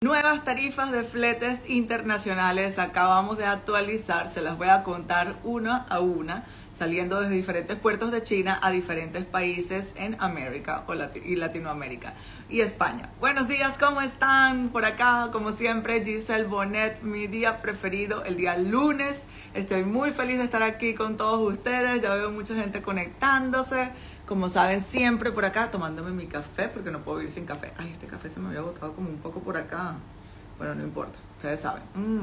Nuevas tarifas de fletes internacionales acabamos de actualizar, se las voy a contar una a una, saliendo desde diferentes puertos de China a diferentes países en América y Latinoamérica y España. Buenos días, ¿cómo están? Por acá, como siempre, Giselle Bonet, mi día preferido, el día lunes. Estoy muy feliz de estar aquí con todos ustedes, ya veo mucha gente conectándose. Como saben, siempre por acá tomándome mi café, porque no puedo vivir sin café. Ay, este café se me había botado como un poco por acá. Bueno, no importa, ustedes saben.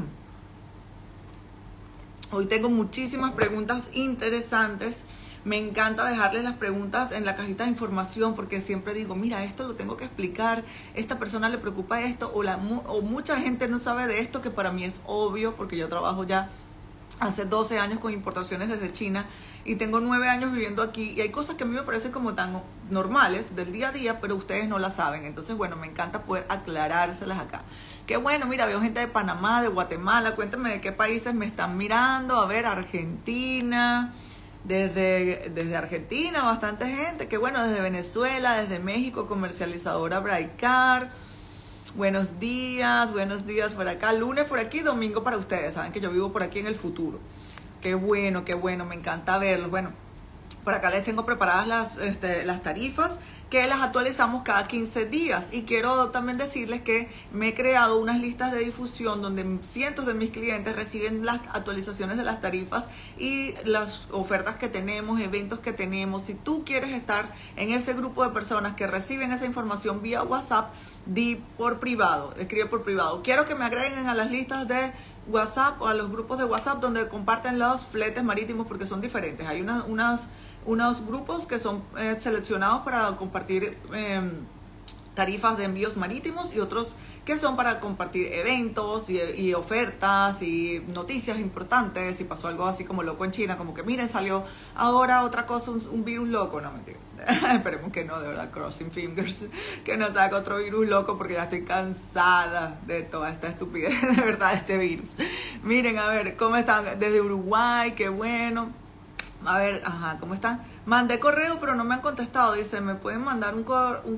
Hoy tengo muchísimas preguntas interesantes. Me encanta dejarles las preguntas en la cajita de información porque siempre digo, mira, esto lo tengo que explicar, esta persona le preocupa esto o mucha gente no sabe de esto, que para mí es obvio porque yo trabajo ya hace 12 años con importaciones desde China y tengo 9 años viviendo aquí y hay cosas que a mí me parecen como tan normales del día a día, pero ustedes no las saben. Entonces, bueno, me encanta poder aclarárselas acá. Qué bueno, mira, veo gente de Panamá, de Guatemala. Cuéntame de qué países me están mirando. A ver, Argentina, desde Argentina, bastante gente. Qué bueno, desde Venezuela, desde México, comercializadora Braicar. Buenos días por acá. Lunes por aquí, domingo para ustedes. Saben que yo vivo por aquí en el futuro. Qué bueno, me encanta verlos. Bueno, por acá les tengo preparadas las tarifas que las actualizamos cada 15 días. Y quiero también decirles que me he creado unas listas de difusión donde cientos de mis clientes reciben las actualizaciones de las tarifas y las ofertas que tenemos, eventos que tenemos. Si tú quieres estar en ese grupo de personas que reciben esa información vía WhatsApp, di por privado, escribe por privado. Quiero que me agreguen a las listas de WhatsApp o a los grupos de WhatsApp donde comparten los fletes marítimos porque son diferentes. Hay unos grupos que son seleccionados para compartir tarifas de envíos marítimos y otros que son para compartir eventos y ofertas y noticias importantes. Si pasó algo así como loco en China, como que miren, salió ahora otra cosa, un virus loco. No, mentira. Esperemos que no, de verdad, crossing fingers, que no salga otro virus loco porque ya estoy cansada de toda esta estupidez, de verdad, de este virus. Miren, a ver, ¿cómo están? Desde Uruguay, qué bueno. A ver, ajá, ¿cómo están? Mandé correo, pero no me han contestado. Dice, ¿me pueden mandar un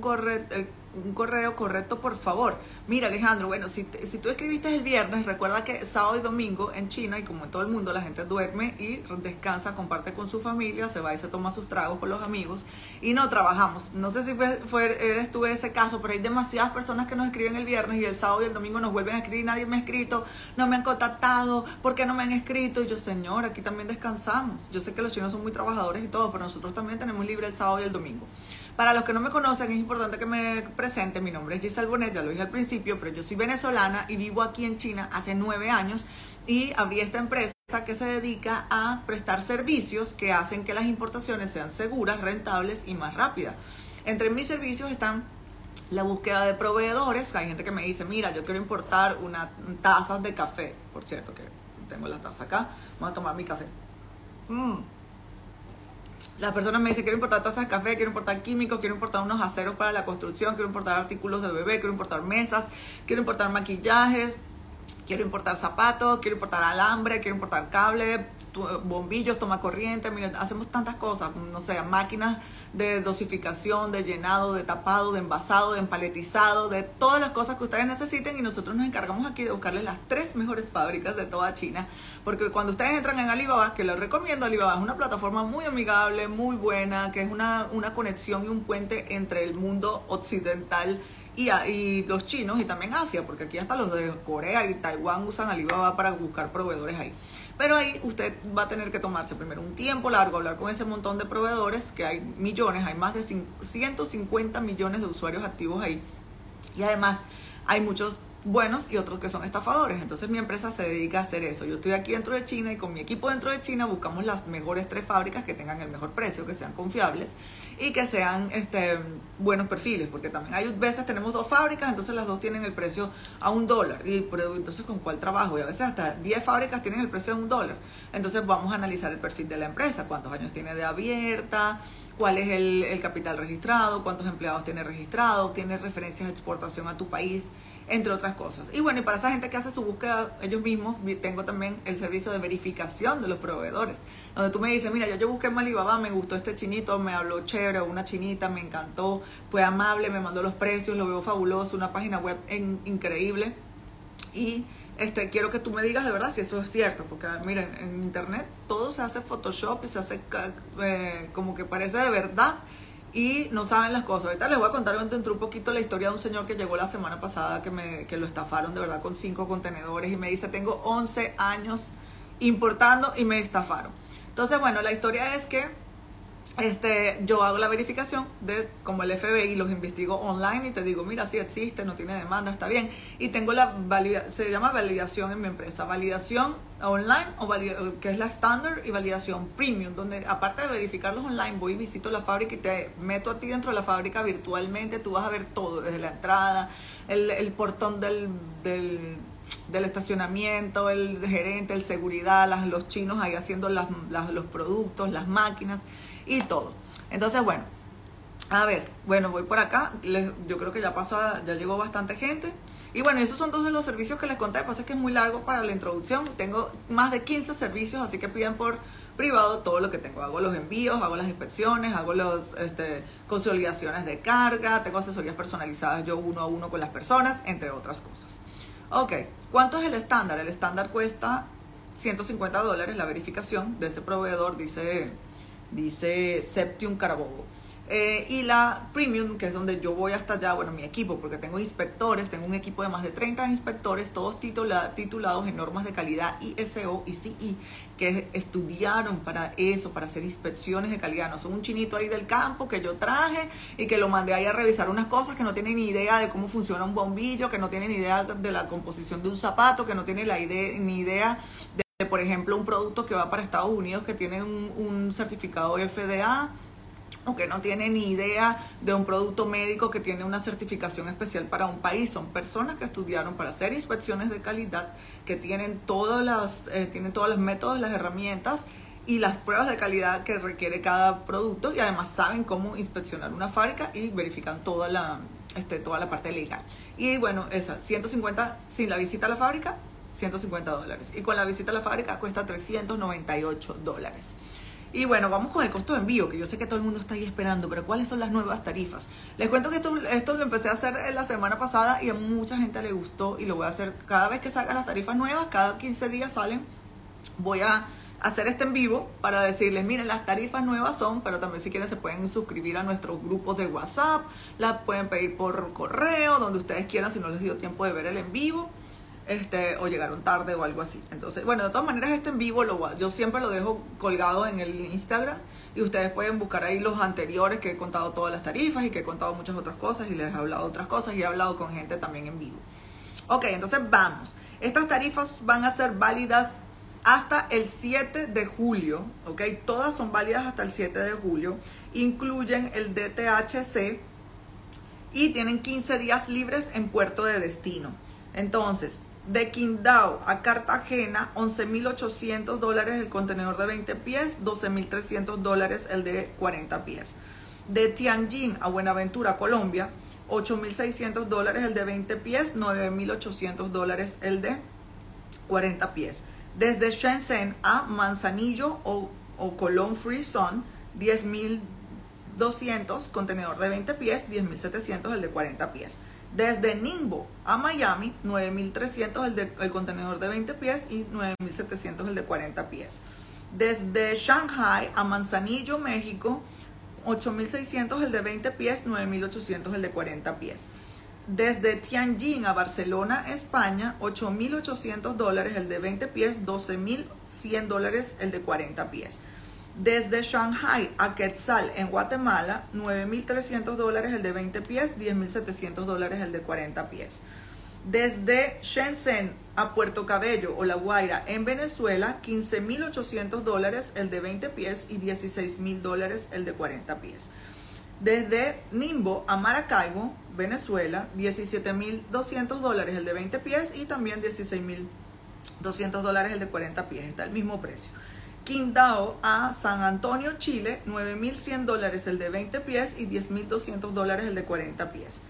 correo correcto, por favor? Mira, Alejandro, bueno, si tú escribiste el viernes, recuerda que sábado y domingo en China, y como en todo el mundo, la gente duerme y descansa, comparte con su familia, se va y se toma sus tragos con los amigos, y no trabajamos. No sé si eres tú ese caso, pero hay demasiadas personas que nos escriben el viernes y el sábado y el domingo nos vuelven a escribir, nadie me ha escrito, no me han contactado, ¿por qué no me han escrito? Y yo, señor, aquí también descansamos. Yo sé que los chinos son muy trabajadores y todo, pero nosotros también tenemos libre el sábado y el domingo. Para los que no me conocen, es importante que me presente. Mi nombre es Giselle Bonet, ya lo dije al principio, pero yo soy venezolana y vivo aquí en China hace 9 años y abrí esta empresa que se dedica a prestar servicios que hacen que las importaciones sean seguras, rentables y más rápidas. Entre mis servicios están la búsqueda de proveedores. Hay gente que me dice, mira, yo quiero importar unas tazas de café. Por cierto, que tengo la taza acá. Vamos a tomar mi café. Las personas me dicen, quiero importar tazas de café, quiero importar químicos, quiero importar unos aceros para la construcción, quiero importar artículos de bebé, quiero importar mesas, quiero importar maquillajes, quiero importar zapatos, quiero importar alambre, quiero importar cable, bombillos, toma corriente. Miren, hacemos tantas cosas, no sé, máquinas de dosificación, de llenado, de tapado, de envasado, de empaletizado, de todas las cosas que ustedes necesiten, y nosotros nos encargamos aquí de buscarles las 3 mejores fábricas de toda China, porque cuando ustedes entran en Alibaba, que les recomiendo, Alibaba es una plataforma muy amigable, muy buena, que es una conexión y un puente entre el mundo occidental y los chinos y también Asia, porque aquí hasta los de Corea y Taiwán usan Alibaba para buscar proveedores ahí. Pero ahí usted va a tener que tomarse primero un tiempo largo, hablar con ese montón de proveedores, que hay millones, hay más de 150 millones de usuarios activos ahí. Y además hay muchos buenos y otros que son estafadores. Entonces mi empresa se dedica a hacer eso. Yo estoy aquí dentro de China y con mi equipo dentro de China buscamos las mejores 3 fábricas que tengan el mejor precio, que sean confiables y que sean buenos perfiles, porque también hay veces tenemos 2 fábricas, entonces las 2 tienen el precio a $1, pero entonces ¿con cuál trabajo? Y a veces hasta 10 fábricas tienen el precio a $1. Entonces vamos a analizar el perfil de la empresa, cuántos años tiene de abierta, cuál es el capital registrado, cuántos empleados tiene registrado, tienes referencias de exportación a tu país entre otras cosas. Y bueno, y para esa gente que hace su búsqueda ellos mismos, tengo también el servicio de verificación de los proveedores, donde tú me dices, mira, yo busqué en Alibaba, me gustó este chinito, me habló chévere, una chinita, me encantó, fue amable, me mandó los precios, lo veo fabuloso, una página web increíble, y quiero que tú me digas de verdad si eso es cierto, porque miren, en internet todo se hace Photoshop y se hace como que parece de verdad, y no saben las cosas. Ahorita les voy a contar dentro un poquito la historia de un señor que llegó la semana pasada que lo estafaron de verdad con 5 contenedores y me dice, tengo 11 años importando y me estafaron. Entonces, bueno, la historia es que yo hago la verificación de como el FBI, los investigo online y te digo, mira, sí existe, no tiene demanda, está bien. Y tengo se llama validación en mi empresa, validación online, que es la estándar, y validación premium, donde aparte de verificarlos online, voy y visito la fábrica y te meto a ti dentro de la fábrica virtualmente. Tú vas a ver todo, desde la entrada, el portón del estacionamiento, el gerente, el seguridad, los chinos ahí haciendo los productos, las máquinas y todo. Entonces, bueno, a ver, bueno, voy por acá. Yo creo que ya llegó bastante gente. Y bueno, esos son todos los servicios que les conté. Pasa es que es muy largo para la introducción. Tengo más de 15 servicios, así que piden por privado todo lo que tengo. Hago los envíos, hago las inspecciones, hago los consolidaciones de carga, tengo asesorías personalizadas yo 1 a 1 con las personas, entre otras cosas. Ok, ¿cuánto es el estándar? El estándar cuesta $150 la verificación de ese proveedor, dice Septium Carabobo. Y la Premium, que es donde yo voy hasta allá, bueno, mi equipo, porque tengo inspectores, tengo un equipo de más de 30 inspectores, todos titulados en normas de calidad ISO y CE, que estudiaron para eso, para hacer inspecciones de calidad. No son un chinito ahí del campo que yo traje y que lo mandé ahí a revisar unas cosas, que no tienen ni idea de cómo funciona un bombillo, que no tienen ni idea de la composición de un zapato, que no tienen ni idea de, por ejemplo, un producto que va para Estados Unidos que tiene un certificado FDA, o que no tiene ni idea de un producto médico que tiene una certificación especial para un país. Son personas que estudiaron para hacer inspecciones de calidad, que tienen todos los métodos, las herramientas y las pruebas de calidad que requiere cada producto, y además saben cómo inspeccionar una fábrica y verifican toda la parte legal. Y bueno, 150 sin la visita a la fábrica, $150, y con la visita a la fábrica cuesta $398. Y bueno, vamos con el costo de envío, que yo sé que todo el mundo está ahí esperando, pero ¿cuáles son las nuevas tarifas? Les cuento que esto lo empecé a hacer la semana pasada y a mucha gente le gustó, y lo voy a hacer cada vez que salgan las tarifas nuevas, cada 15 días salen. Voy a hacer en vivo para decirles, miren, las tarifas nuevas son, pero también si quieren se pueden suscribir a nuestros grupos de WhatsApp, las pueden pedir por correo, donde ustedes quieran, si no les dio tiempo de ver el en vivo. O llegaron tarde o algo así. Entonces, bueno, de todas maneras en vivo yo siempre lo dejo colgado en el Instagram, y ustedes pueden buscar ahí los anteriores, que he contado todas las tarifas y que he contado muchas otras cosas y les he hablado otras cosas y he hablado con gente también en vivo. Ok, entonces vamos. Estas tarifas van a ser válidas hasta el 7 de julio, ok, todas son válidas hasta el 7 de julio, incluyen el DTHC y tienen 15 días libres en puerto de destino. Entonces, de Qingdao a Cartagena, $11,800 el contenedor de 20 pies, $12,300 el de 40 pies. De Tianjin a Buenaventura, Colombia, $8,600 el de 20 pies, $9,800 el de 40 pies. Desde Shenzhen a Manzanillo o Colón Free Zone, $10,200 contenedor de 20 pies, $10,700 el de 40 pies. Desde Ningbo a Miami, $9,300 el contenedor de 20 pies y $9,700 el de 40 pies. Desde Shanghai a Manzanillo, México, $8,600 el de 20 pies, $9,800 el de 40 pies. Desde Tianjin a Barcelona, España, $8,800 el de 20 pies, $12,100 el de 40 pies. Desde Shanghai a Quetzal en Guatemala, $9,300 el de 20 pies, $10,700 el de 40 pies. Desde Shenzhen a Puerto Cabello o La Guaira en Venezuela, $15,800 el de 20 pies y $16,000 el de 40 pies. Desde Ningbo a Maracaibo, Venezuela, $17,200 el de 20 pies y también $16,200 el de 40 pies. Está el mismo precio. Qingdao a San Antonio, Chile, $9,100 el de 20 pies y $10,200 el de 40 pies.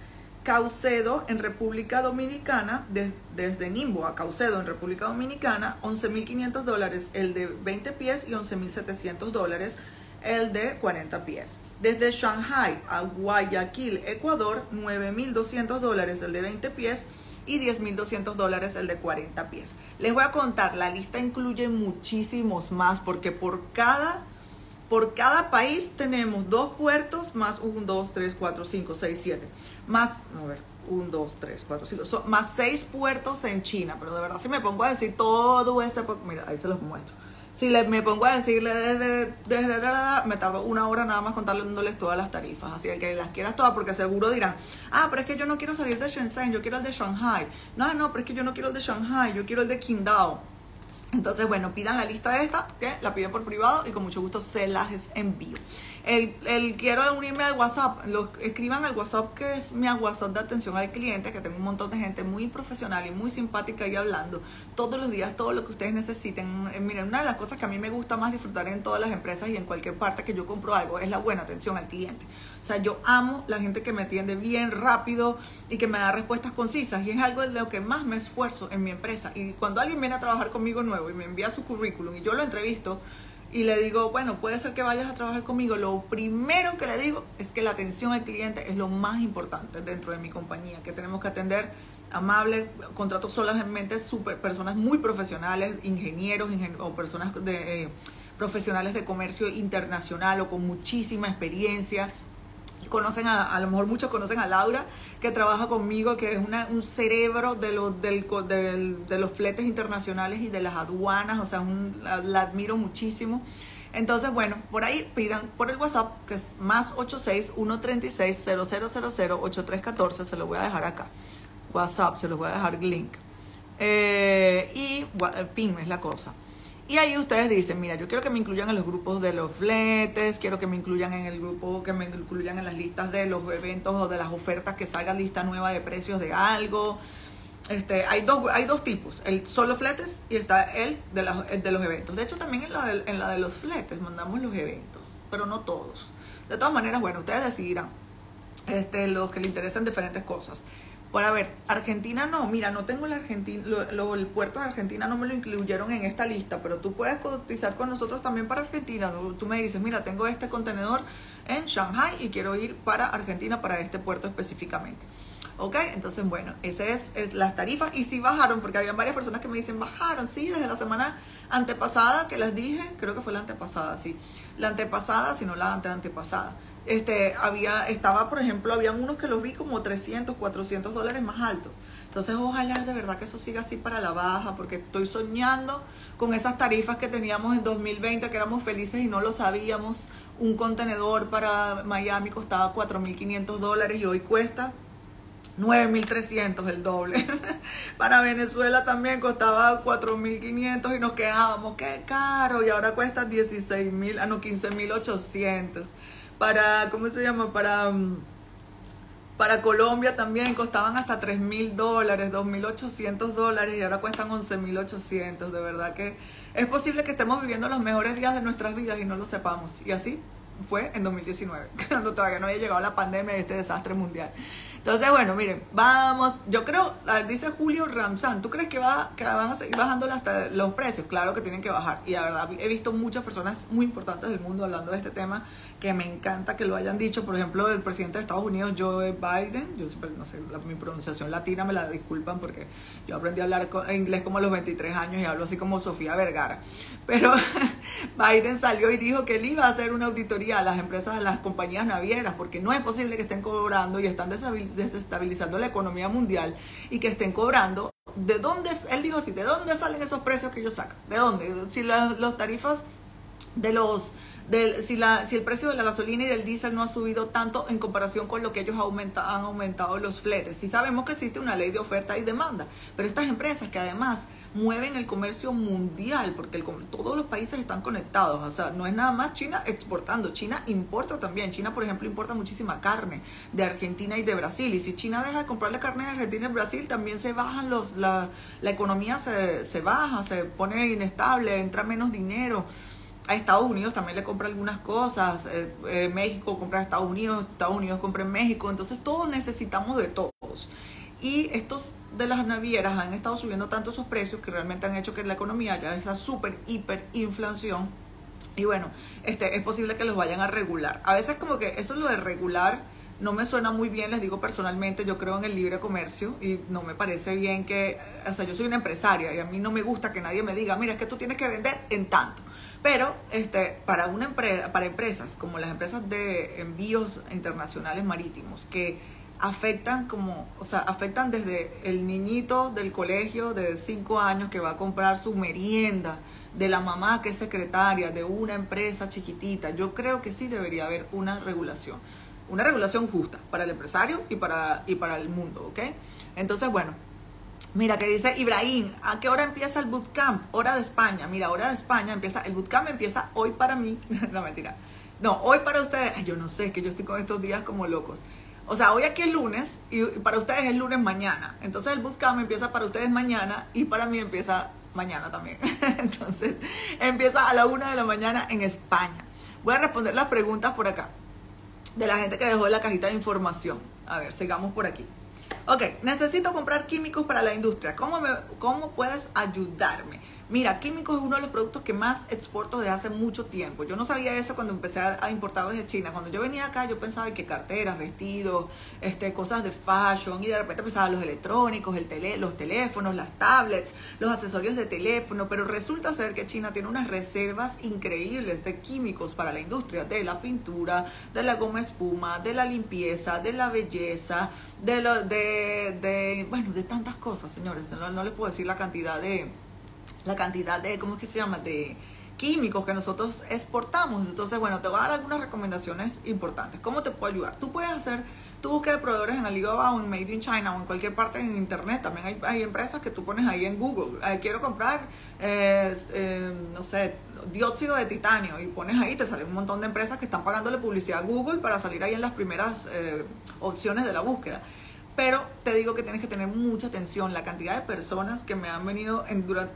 Caucedo en República Dominicana, desde Nimbo a Caucedo en República Dominicana, $11.500 el de 20 pies y $11.700 el de 40 pies. Desde Shanghai a Guayaquil, Ecuador, $9.200 el de 20 pies y $10.200 el de 40 pies. Les voy a contar, la lista incluye muchísimos más porque por cada país tenemos 2 puertos más 1, 2, 3, 4, 5, 6, 7. Más, a ver, 1, 2, 3, 4, 5. Más 6 puertos en China. Pero de verdad, si me pongo a decir todo ese, mira, ahí se los muestro. Si me pongo a decirle me tardo 1 hora nada más contándoles todas las tarifas. Así que las quieras todas, porque seguro dirán, pero es que yo no quiero salir de Shenzhen, yo quiero el de Shanghai. No, pero es que yo no quiero el de Shanghai, yo quiero el de Qingdao. Entonces, bueno, pidan la lista esta, que la piden por privado y con mucho gusto se las envío. Quiero unirme al WhatsApp, escriban al WhatsApp, que es mi WhatsApp de atención al cliente, que tengo un montón de gente muy profesional y muy simpática ahí hablando todos los días, todo lo que ustedes necesiten. Miren, una de las cosas que a mí me gusta más disfrutar en todas las empresas y en cualquier parte que yo compro algo es la buena atención al cliente. O sea, yo amo la gente que me atiende bien, rápido y que me da respuestas concisas, y es algo de lo que más me esfuerzo en mi empresa. Y cuando alguien viene a trabajar conmigo nuevo y me envía su currículum y yo lo entrevisto y le digo, bueno, puede ser que vayas a trabajar conmigo, lo primero que le digo es que la atención al cliente es lo más importante dentro de mi compañía, que tenemos que atender amable, contrato solamente personas muy profesionales, ingenieros o personas profesionales de comercio internacional o con muchísima experiencia. Conocen a lo mejor muchos conocen a Laura, que trabaja conmigo, que es un cerebro de los fletes internacionales y de las aduanas. O sea, la admiro muchísimo. Entonces, bueno, por ahí pidan por el WhatsApp, que es más 86-136-0000-8314. Se lo voy a dejar acá. WhatsApp, se los voy a dejar el link. Y PIN es la cosa. Y ahí ustedes dicen, mira, yo quiero que me incluyan en los grupos de los fletes, quiero que me incluyan en el grupo, que me incluyan en las listas de los eventos o de las ofertas, que salga lista nueva de precios de algo. Hay dos tipos, el solo fletes y está el de los eventos. De hecho, también en la de los fletes mandamos los eventos, pero no todos. De todas maneras, bueno, ustedes decidirán los que les interesan diferentes cosas. Para ver, Argentina no, mira, no tengo el puerto de Argentina no me lo incluyeron en esta lista, pero tú puedes cotizar con nosotros también para Argentina. Tú me dices, mira, tengo este contenedor en Shanghai y quiero ir para Argentina, para este puerto específicamente. ¿Ok? Entonces, bueno, esas es las tarifas. Y sí bajaron, porque había varias personas que me dicen, bajaron, sí, desde la semana antepasada que les dije, creo que fue la antepasada, sí. La antepasada, si no la antepasada. Estaba, por ejemplo, habían unos que los vi como $300, $400 más altos. Entonces, ojalá de verdad que eso siga así para la baja, porque estoy soñando con esas tarifas que teníamos en 2020, que éramos felices y no lo sabíamos. Un contenedor para Miami costaba $4.500 y hoy cuesta $9.300, el doble. Para Venezuela también costaba $4.500 y nos quejábamos, qué caro, y ahora cuesta $15.800. ¿Cómo se llama? Para Colombia también costaban hasta $3.000, $2.800, y ahora cuestan $11.800. De verdad que es posible que estemos viviendo los mejores días de nuestras vidas y no lo sepamos. Y así fue en 2019, cuando todavía no había llegado la pandemia y este desastre mundial. Entonces, bueno, miren, vamos, yo creo, dice Julio Ramzán, ¿tú crees que van a seguir bajando los precios? Claro que tienen que bajar, y la verdad he visto muchas personas muy importantes del mundo hablando de este tema, que me encanta que lo hayan dicho. Por ejemplo, el presidente de Estados Unidos, Joe Biden, yo siempre, no sé, mi pronunciación latina me la disculpan porque yo aprendí a hablar inglés como a los 23 años y hablo así como Sofía Vergara, pero Biden salió y dijo que él iba a hacer una auditoría a las empresas, a las compañías navieras, porque no es posible que estén cobrando y están desestabilizando la economía mundial y que estén cobrando. ¿De dónde? Él dijo así, ¿de dónde salen esos precios que ellos sacan? ¿De dónde? Si las tarifas si el precio de la gasolina y del diésel no ha subido tanto en comparación con lo que ellos han aumentado los fletes. Sí sabemos que existe una ley de oferta y demanda, pero estas empresas que además mueven el comercio mundial, porque todos los países están conectados, o sea, no es nada más China exportando, China importa también. China, por ejemplo, importa muchísima carne de Argentina y de Brasil, y si China deja de comprarle carne de Argentina y Brasil, también se bajan la economía se baja, se pone inestable, entra menos dinero. A Estados Unidos también le compra algunas cosas, México compra a Estados Unidos compra en México, entonces todos necesitamos de todos. Y estos de las navieras han estado subiendo tanto esos precios que realmente han hecho que la economía haya esa súper, hiper inflación. Y bueno, es posible que los vayan a regular. A veces como que eso es lo de regular, no me suena muy bien, les digo personalmente, yo creo en el libre comercio y no me parece bien que, o sea, yo soy una empresaria y a mí no me gusta que nadie me diga, mira, es que tú tienes que vender en tanto. Pero para una empresa, para empresas como las empresas de envíos internacionales marítimos que afectan afectan desde el niñito del colegio de 5 años que va a comprar su merienda, de la mamá que es secretaria de una empresa chiquitita, yo creo que sí debería haber una regulación justa para el empresario y para el mundo, ¿ok? Entonces, bueno, mira que dice Ibrahim, ¿a qué hora empieza el bootcamp? Hora de España. Mira, hora de España el bootcamp empieza hoy para mí. No, mentira. No, hoy para ustedes. Ay, yo no sé, es que yo estoy con estos días como locos. O sea, hoy aquí es lunes y para ustedes es lunes mañana. Entonces el bootcamp empieza para ustedes mañana y para mí empieza mañana también. Entonces empieza a la 1 de la mañana en España. Voy a responder las preguntas por acá de la gente que dejó en la cajita de información. A ver, sigamos por aquí. Ok, necesito comprar químicos para la industria. ¿Cómo puedes ayudarme? Mira, químicos es uno de los productos que más exporto desde hace mucho tiempo. Yo no sabía eso cuando empecé a importar desde China. Cuando yo venía acá, yo pensaba que carteras, vestidos, cosas de fashion, y de repente pensaba los electrónicos, los teléfonos, las tablets, los accesorios de teléfono, pero resulta ser que China tiene unas reservas increíbles de químicos para la industria, de la pintura, de la goma espuma, de la limpieza, de la belleza, de tantas cosas, señores. No les puedo decir la cantidad de, ¿cómo es que se llama? De químicos que nosotros exportamos. Entonces, bueno, te voy a dar algunas recomendaciones importantes. ¿Cómo te puedo ayudar? Tú puedes hacer tu búsqueda de proveedores en Alibaba o en Made in China o en cualquier parte en internet. También hay empresas que tú pones ahí en Google. Quiero comprar, no sé, dióxido de titanio, y pones ahí, te salen un montón de empresas que están pagándole publicidad a Google para salir ahí en las primeras opciones de la búsqueda. Pero te digo que tienes que tener mucha atención. La cantidad de personas que me han venido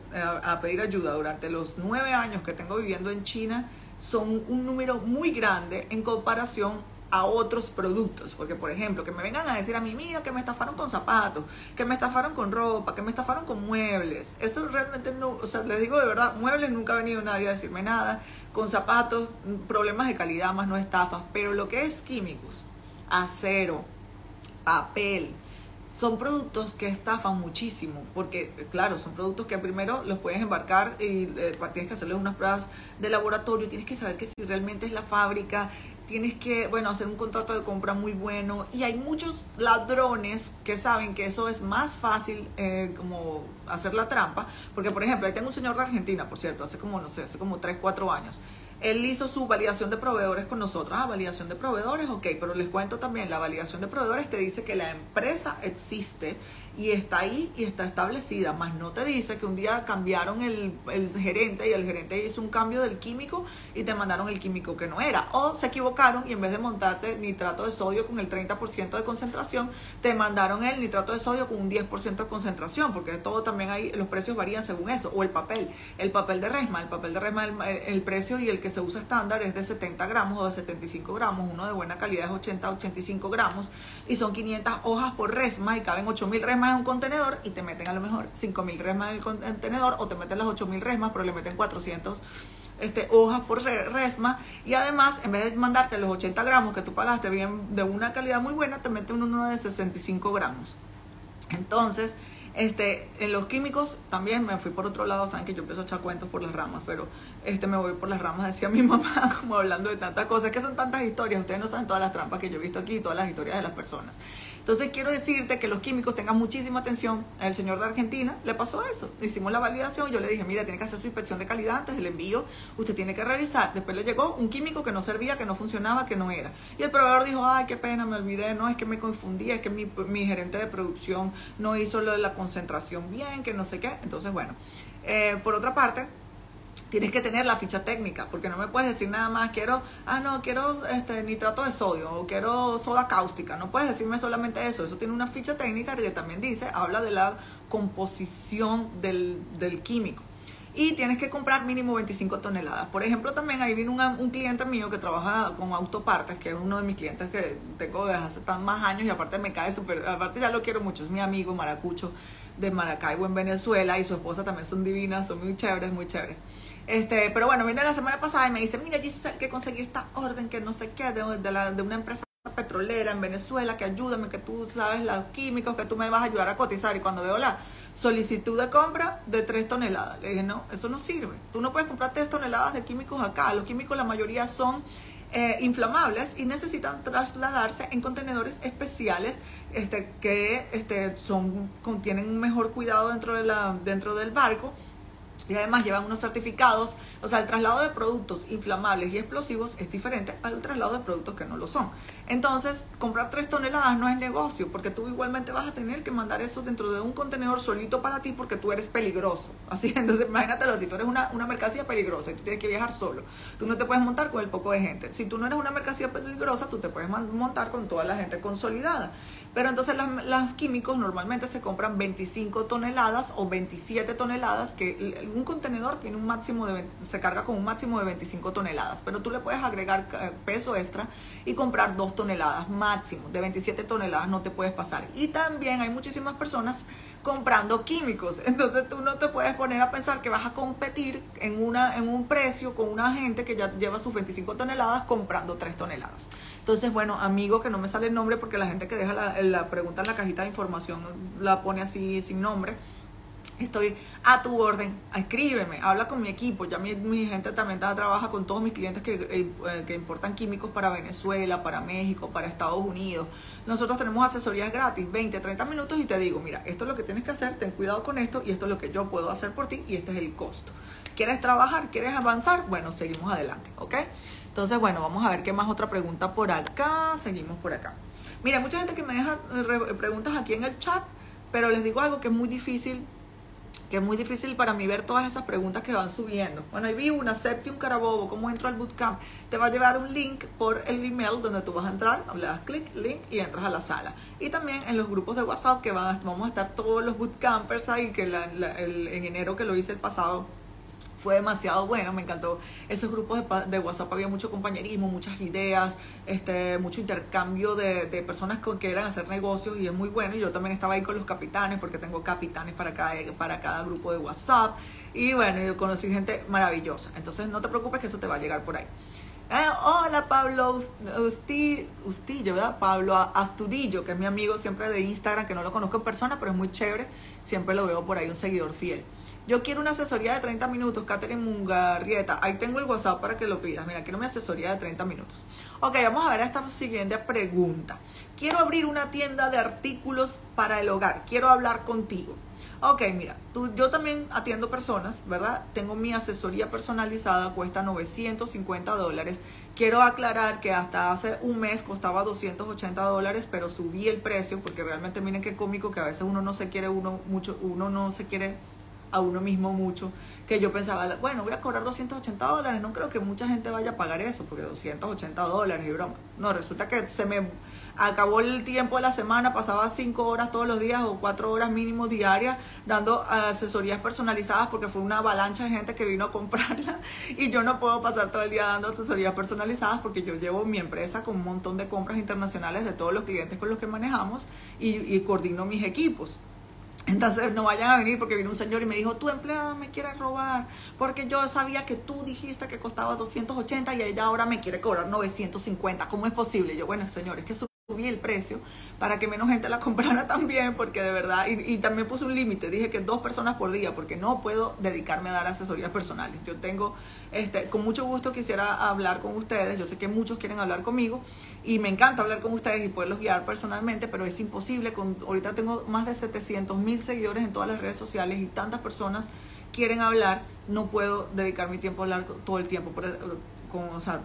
a pedir ayuda durante los 9 años que tengo viviendo en China son un número muy grande en comparación a otros productos. Porque, por ejemplo, que me vengan a decir a mí, mira, que me estafaron con zapatos, que me estafaron con ropa, que me estafaron con muebles. Eso realmente no, o sea, les digo de verdad, muebles nunca ha venido nadie a decirme nada. Con zapatos, problemas de calidad más no estafas. Pero lo que es químicos, acero, papel, son productos que estafan muchísimo, porque claro, son productos que primero los puedes embarcar y tienes que hacerles unas pruebas de laboratorio, tienes que saber que si realmente es la fábrica, tienes que, bueno, hacer un contrato de compra muy bueno, y hay muchos ladrones que saben que eso es más fácil como hacer la trampa, porque por ejemplo, ahí tengo un señor de Argentina, por cierto, hace como 3, 4 años. Él hizo su validación de proveedores con nosotros. Validación de proveedores, ok, pero les cuento también, la validación de proveedores te dice que la empresa existe y está ahí y está establecida, más no te dice que un día cambiaron el gerente y el gerente hizo un cambio del químico y te mandaron el químico que no era, o se equivocaron y en vez de montarte nitrato de sodio con el 30% de concentración, te mandaron el nitrato de sodio con un 10% de concentración, porque todo también ahí, los precios varían según eso. O el papel de resma, el precio y el que se usa estándar es de 70 gramos o de 75 gramos, uno de buena calidad es 85 gramos y son 500 hojas por resma y caben 8.000 resmas en un contenedor, y te meten a lo mejor 5.000 resmas en el contenedor, o te meten las 8.000 resmas pero le meten 400 hojas por resma, y además en vez de mandarte los 80 gramos que tú pagaste bien de una calidad muy buena, te meten uno de 65 gramos. Entonces en los químicos también me fui por otro lado. Saben que yo empiezo a echar cuentos por las ramas, pero me voy por las ramas, decía mi mamá, como hablando de tantas cosas, es que son tantas historias. Ustedes no saben todas las trampas que yo he visto aquí, todas las historias de las personas. Entonces quiero decirte que los químicos, tengan muchísima atención. El señor de Argentina le pasó eso. Hicimos la validación, yo le dije, mira, tiene que hacer su inspección de calidad antes del envío, usted tiene que revisar. Después le llegó un químico que no servía, que no funcionaba, que no era. Y el proveedor dijo, ay, qué pena, me olvidé, no, es que me confundí, es que mi gerente de producción no hizo lo de la concentración bien, que no sé qué. Entonces, bueno, por otra parte, tienes que tener la ficha técnica, porque no me puedes decir nada más, quiero nitrato de sodio o quiero soda cáustica. No puedes decirme solamente eso. Eso tiene una ficha técnica que también habla de la composición del químico. y tienes que comprar mínimo 25 toneladas. Por ejemplo, también ahí vino un cliente mío que trabaja con autopartes, que es uno de mis clientes que tengo desde hace más años y aparte me cae súper, aparte ya lo quiero mucho, es mi amigo Maracucho de Maracaibo en Venezuela y su esposa también son divinas, son muy chéveres, muy chéveres. Pero bueno, viene la semana pasada y me dice, mira Giselle, que conseguí esta orden que no sé qué, de una empresa petrolera en Venezuela, que ayúdame, que tú sabes los químicos, que tú me vas a ayudar a cotizar. Y cuando veo la solicitud de compra de 3 toneladas, le dije, no, eso no sirve. Tú no puedes comprar 3 toneladas de químicos acá. Los químicos la mayoría son inflamables y necesitan trasladarse en contenedores especiales que contienen un mejor cuidado dentro del barco. Y además llevan unos certificados, o sea, el traslado de productos inflamables y explosivos es diferente al traslado de productos que no lo son. Entonces, comprar 3 toneladas no es negocio, porque tú igualmente vas a tener que mandar eso dentro de un contenedor solito para ti, porque tú eres peligroso. Así, entonces imagínatelo, si tú eres una mercancía peligrosa y tú tienes que viajar solo, tú no te puedes montar con el poco de gente. Si tú no eres una mercancía peligrosa, tú te puedes montar con toda la gente consolidada. Pero entonces los químicos normalmente se compran 25 toneladas o 27 toneladas, que un contenedor tiene un máximo se carga con un máximo de 25 toneladas, pero tú le puedes agregar peso extra y comprar 2 toneladas máximo. De 27 toneladas no te puedes pasar. Y también hay muchísimas personas comprando químicos, entonces tú no te puedes poner a pensar que vas a competir en un precio con una gente que ya lleva sus 25 toneladas comprando 3 toneladas. Entonces, bueno, amigo, que no me sale el nombre porque la gente que deja la pregunta en la cajita de información la pone así sin nombre. Estoy a tu orden, escríbeme, habla con mi equipo. Ya mi gente también trabaja con todos mis clientes que importan químicos para Venezuela, para México, para Estados Unidos. Nosotros tenemos asesorías gratis, 20, 30 minutos y te digo, mira, esto es lo que tienes que hacer, ten cuidado con esto y esto es lo que yo puedo hacer por ti y este es el costo. ¿Quieres trabajar? ¿Quieres avanzar? Bueno, seguimos adelante, ¿ok? Entonces, bueno, vamos a ver qué más otra pregunta por acá. Seguimos por acá. Mira, mucha gente que me deja preguntas aquí en el chat, pero les digo algo que es muy difícil para mí ver todas esas preguntas que van subiendo. Bueno, ahí vi una, Septium Carabobo, ¿cómo entro al bootcamp? Te va a llevar un link por el email donde tú vas a entrar, le das clic, link y entras a la sala. Y también en los grupos de WhatsApp que vamos a estar todos los bootcampers ahí, que en enero que lo hice el pasado, fue demasiado bueno, me encantó. Esos grupos de WhatsApp había mucho compañerismo, muchas ideas, mucho intercambio de personas que quieran hacer negocios y es muy bueno. Y yo también estaba ahí con los capitanes porque tengo capitanes para cada grupo de WhatsApp. Y bueno, yo conocí gente maravillosa. Entonces no te preocupes que eso te va a llegar por ahí. Hola Pablo Ustillo, ¿verdad? Pablo Astudillo, que es mi amigo siempre de Instagram, que no lo conozco en persona, pero es muy chévere. Siempre lo veo por ahí, un seguidor fiel. Yo quiero una asesoría de 30 minutos, Catherine Mungarrieta. Ahí tengo el WhatsApp para que lo pidas. Mira, quiero mi asesoría de 30 minutos. Ok, vamos a ver esta siguiente pregunta. Quiero abrir una tienda de artículos para el hogar. Quiero hablar contigo. Ok, mira, yo también atiendo personas, ¿verdad? Tengo mi asesoría personalizada, cuesta $950. Quiero aclarar que hasta hace un mes costaba $280, pero subí el precio porque realmente miren qué cómico que a veces uno no se quiere uno no se quiere a uno mismo mucho, que yo pensaba, bueno, voy a cobrar $280, no creo que mucha gente vaya a pagar eso, porque $280 y broma. No, resulta que se me acabó el tiempo de la semana, pasaba 5 horas todos los días o 4 horas mínimo diarias dando asesorías personalizadas porque fue una avalancha de gente que vino a comprarla y yo no puedo pasar todo el día dando asesorías personalizadas porque yo llevo mi empresa con un montón de compras internacionales de todos los clientes con los que manejamos y coordino mis equipos. Entonces no vayan a venir porque vino un señor y me dijo, tu empleada me quiere robar porque yo sabía que tú dijiste que costaba 280 y ella ahora me quiere cobrar 950. ¿Cómo es posible? Yo, bueno, señor, es que subí el precio para que menos gente la comprara también, porque de verdad, y también puse un límite, dije que 2 personas por día, porque no puedo dedicarme a dar asesorías personales. Yo tengo, con mucho gusto quisiera hablar con ustedes, yo sé que muchos quieren hablar conmigo y me encanta hablar con ustedes y poderlos guiar personalmente, pero es imposible, ahorita tengo más de 700,000 seguidores en todas las redes sociales y tantas personas quieren hablar, no puedo dedicar mi tiempo a hablar todo el tiempo, con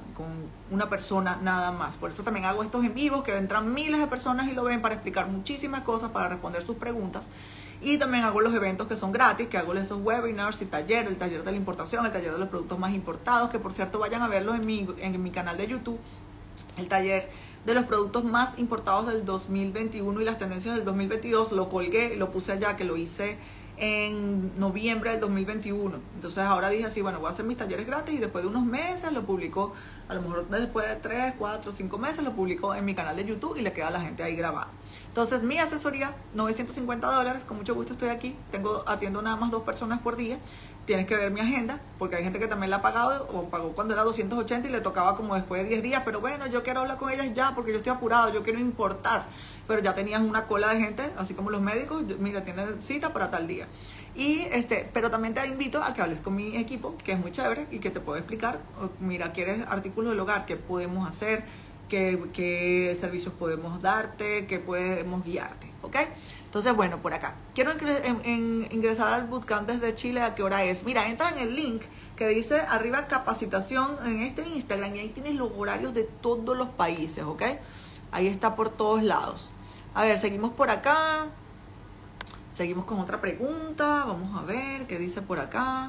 una persona nada más. Por eso también hago estos en vivos que entran miles de personas y lo ven para explicar muchísimas cosas, para responder sus preguntas. Y también hago los eventos que son gratis, que hago esos webinars y el taller de la importación, el taller de los productos más importados, que por cierto vayan a verlos en mi canal de YouTube. El taller de los productos más importados del 2021 y las tendencias del 2022 lo colgué, lo puse allá, que lo hice en noviembre del 2021. Entonces ahora dije así, bueno, voy a hacer mis talleres gratis y después de unos meses lo publico, a lo mejor después de 3, 4, 5 meses lo publico en mi canal de YouTube y le queda a la gente ahí grabado. Entonces mi asesoría, $950, con mucho gusto estoy aquí, atiendo nada más 2 personas por día. Tienes que ver mi agenda, porque hay gente que también la ha pagado o pagó cuando era 280 y le tocaba como después de 10 días, pero bueno, yo quiero hablar con ellas ya porque yo estoy apurado, yo quiero importar, pero ya tenías una cola de gente, así como los médicos, mira, tienes cita para tal día. Y pero también te invito a que hables con mi equipo, que es muy chévere y que te puedo explicar, mira, ¿quieres artículos del hogar? ¿Qué podemos hacer? ¿Qué servicios podemos darte? ¿Qué podemos guiarte? ¿Ok? Entonces, bueno, por acá. Quiero ingresar al bootcamp desde Chile. ¿A qué hora es? Mira, entra en el link que dice arriba capacitación en este Instagram y ahí tienes los horarios de todos los países, ¿ok? Ahí está por todos lados. A ver, seguimos por acá. Seguimos con otra pregunta. Vamos a ver qué dice por acá.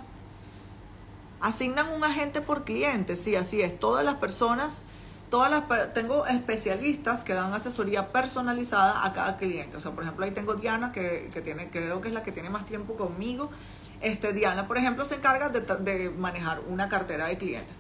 Asignan un agente por cliente. Sí, así es. Todas las personas... tengo especialistas que dan asesoría personalizada a cada cliente. O sea, por ejemplo, ahí tengo Diana, que tiene, creo que es la que tiene más tiempo conmigo. Diana, por ejemplo, se encarga de manejar una cartera de clientes.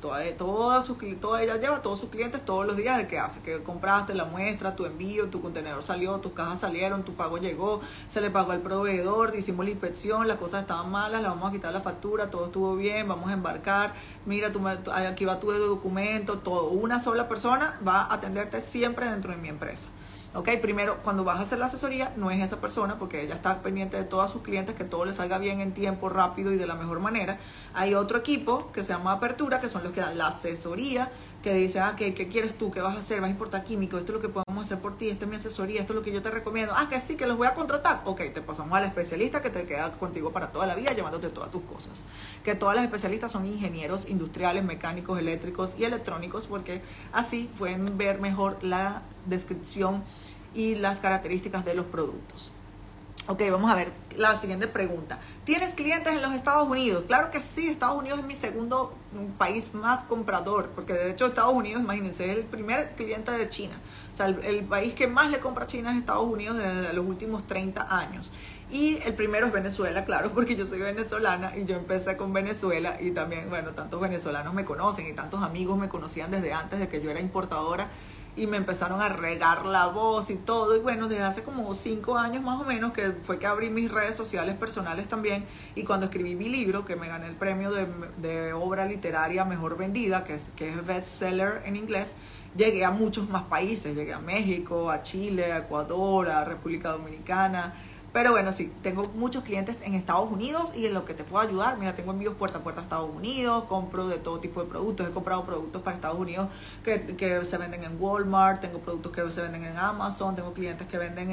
Ella lleva todos sus clientes todos los días de qué hace. Que compraste, la muestra, tu envío, tu contenedor salió, tus cajas salieron, tu pago llegó, se le pagó al proveedor, hicimos la inspección, las cosas estaban malas, le vamos a quitar la factura, todo estuvo bien, vamos a embarcar, mira, aquí va tu documento, todo. Una sola persona va a atenderte siempre dentro de mi empresa. Ok, primero, cuando vas a hacer la asesoría, no es esa persona, porque ella está pendiente de todos sus clientes, que todo le salga bien en tiempo, rápido y de la mejor manera. Hay otro equipo que se llama Apertura, que son los que dan la asesoría, que dice, ¿qué quieres tú? ¿Qué vas a hacer? ¿Vas a importar químico? Esto es lo que podemos hacer por ti, esta es mi asesoría, esto es lo que yo te recomiendo. Que sí, que los voy a contratar. Ok, te pasamos al especialista que te queda contigo para toda la vida, llevándote todas tus cosas. Que todas las especialistas son ingenieros industriales, mecánicos, eléctricos y electrónicos, porque así pueden ver mejor la descripción y las características de los productos. Ok, vamos a ver la siguiente pregunta. ¿Tienes clientes en los Estados Unidos? Claro que sí, Estados Unidos es mi segundo país más comprador, porque de hecho Estados Unidos, imagínense, es el primer cliente de China. O sea, el país que más le compra a China es Estados Unidos desde los últimos 30 años. Y el primero es Venezuela, claro, porque yo soy venezolana y yo empecé con Venezuela y también, bueno, tantos venezolanos me conocen y tantos amigos me conocían desde antes de que yo era importadora. Y me empezaron a regar la voz y todo. Y bueno, desde hace como 5 años más o menos, que fue que abrí mis redes sociales personales también. Y cuando escribí mi libro, que me gané el premio de obra literaria mejor vendida, que es bestseller en inglés, llegué a muchos más países. Llegué a México, a Chile, a Ecuador, a República Dominicana. Pero bueno, sí, tengo muchos clientes en Estados Unidos y en lo que te puedo ayudar. Mira, tengo envíos puerta a puerta a Estados Unidos, compro de todo tipo de productos. He comprado productos para Estados Unidos que se venden en Walmart, tengo productos que se venden en Amazon, tengo clientes que venden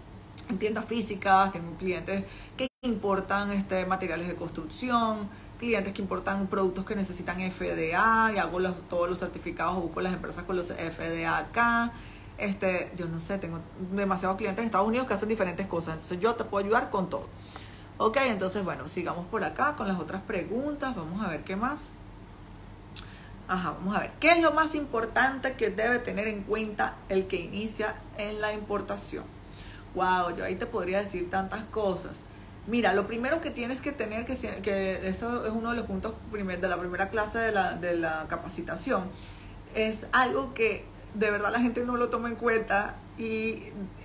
en tiendas físicas, tengo clientes que importan materiales de construcción, clientes que importan productos que necesitan FDA y hago todos los certificados o busco las empresas con los FDA acá. Yo no sé, tengo demasiados clientes en Estados Unidos que hacen diferentes cosas, entonces yo te puedo ayudar con todo. Ok, entonces bueno, sigamos por acá con las otras preguntas. Vamos a ver qué más. Vamos a ver, ¿qué es lo más importante que debe tener en cuenta el que inicia en la importación? Wow, yo ahí te podría decir tantas cosas. Mira, lo primero que tienes que tener, que eso es uno de los puntos de la primera clase de la capacitación, es algo que de verdad la gente no lo toma en cuenta y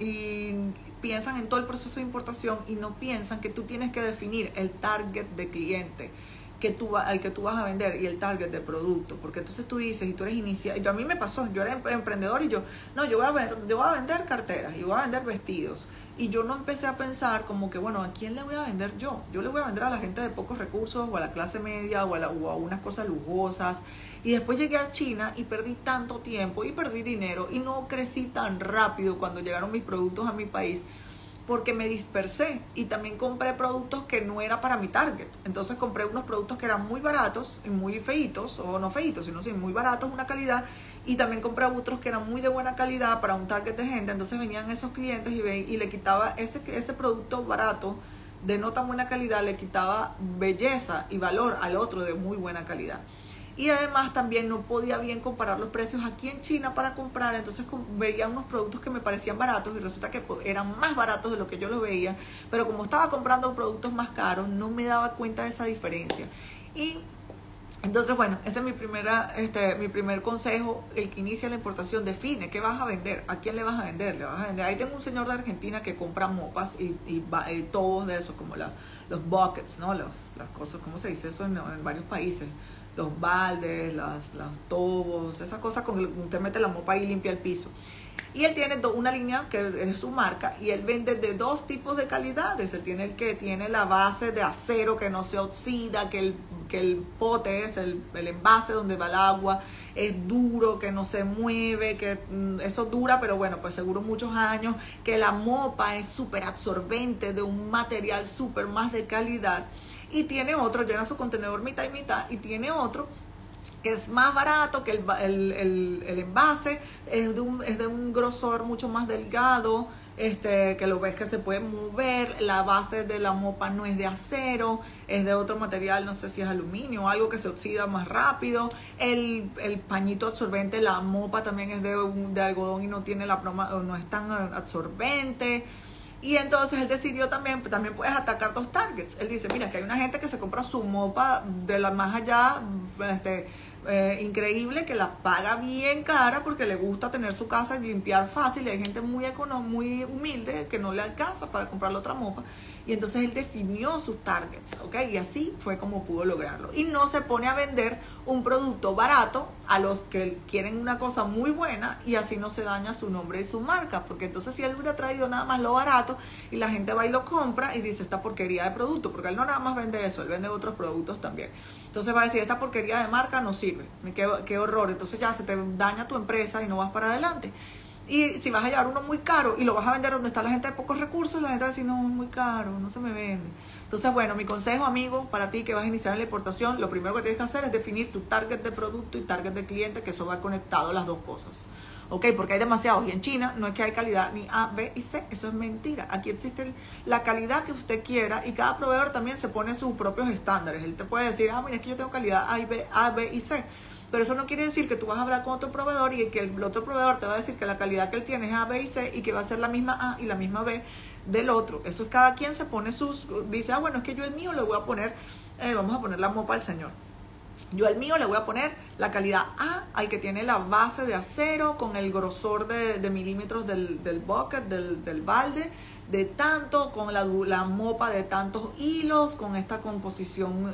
piensan en todo el proceso de importación y no piensan que tú tienes que definir el target de cliente al que tú vas a vender y el target de producto, porque entonces tú dices, y tú eres a mí me pasó, yo era emprendedor y yo voy a vender carteras y voy a vender vestidos, y yo no empecé a pensar como que, bueno, ¿a quién le voy a vender yo? Yo le voy a vender a la gente de pocos recursos o a la clase media o a unas cosas lujosas. Y después llegué a China y perdí tanto tiempo y perdí dinero y no crecí tan rápido cuando llegaron mis productos a mi país, porque me dispersé y también compré productos que no era para mi target. Entonces compré unos productos que eran muy baratos y muy feitos, o no feitos, sino sí, muy baratos, una calidad, y también compré otros que eran muy de buena calidad para un target de gente. Entonces venían esos clientes y le quitaba ese producto barato de no tan buena calidad, le quitaba belleza y valor al otro de muy buena calidad. Y además también no podía bien comparar los precios aquí en China para comprar, entonces veía unos productos que me parecían baratos y resulta que eran más baratos de lo que yo los veía, pero como estaba comprando productos más caros, no me daba cuenta de esa diferencia. Y entonces, bueno, ese es mi primer consejo. El que inicia la importación, define qué vas a vender, a quién le vas a vender. Le vas a vender. Ahí tengo un señor de Argentina que compra mopas y tobos de esos, como los buckets, ¿no? Las cosas, ¿cómo se dice eso en varios países? Los baldes, los tobos, esas cosas con que usted mete la mopa y limpia el piso. Y él tiene una línea que es su marca y él vende de dos tipos de calidades. Él tiene el que tiene la base de acero que no se oxida, que el pote es el envase donde va el agua, es duro, que no se mueve, que eso dura, pero bueno, pues seguro muchos años, que la mopa es súper absorbente, de un material súper más de calidad. Y tiene otro, llena su contenedor mitad y mitad, y tiene otro que es más barato, que el envase es de un grosor mucho más delgado, que lo ves que se puede mover, la base de la mopa no es de acero, es de otro material, no sé si es aluminio o algo que se oxida más rápido, el pañito absorbente, la mopa también es de algodón y no tiene no es tan absorbente. Y entonces él decidió también puedes atacar dos targets. Él dice, mira, que hay una gente que se compra su mopa de la más allá, increíble, que la paga bien cara porque le gusta tener su casa y limpiar fácil. Y hay gente muy humilde que no le alcanza para comprar la otra mopa. Y entonces él definió sus targets, ¿ok? Y así fue como pudo lograrlo. Y no se pone a vender un producto barato a los que quieren una cosa muy buena y así no se daña su nombre y su marca. Porque entonces si él hubiera traído nada más lo barato y la gente va y lo compra y dice esta porquería de producto, porque él no nada más vende eso, él vende otros productos también. Entonces va a decir esta porquería de marca no sirve, qué horror. Entonces ya se te daña tu empresa y no vas para adelante. Y si vas a llevar uno muy caro y lo vas a vender donde está la gente de pocos recursos, la gente va a decir, no, es muy caro, no se me vende. Entonces, bueno, mi consejo, amigo, para ti que vas a iniciar en la importación, lo primero que tienes que hacer es definir tu target de producto y target de cliente, que eso va conectado a las dos cosas. ¿Ok? Porque hay demasiados. Y en China no es que hay calidad ni A, B y C. Eso es mentira. Aquí existe la calidad que usted quiera y cada proveedor también se pone sus propios estándares. Él te puede decir, mira, es que yo tengo calidad A, B y C. Pero eso no quiere decir que tú vas a hablar con otro proveedor y que el otro proveedor te va a decir que la calidad que él tiene es A, B y C y que va a ser la misma A y la misma B del otro. Eso es cada quien se pone dice, bueno, es que yo el mío le voy a poner, vamos a poner la mopa al señor. Yo al mío le voy a poner la calidad A, al que tiene la base de acero con el grosor de milímetros del bucket, del balde, de tanto, con la mopa de tantos hilos, con esta composición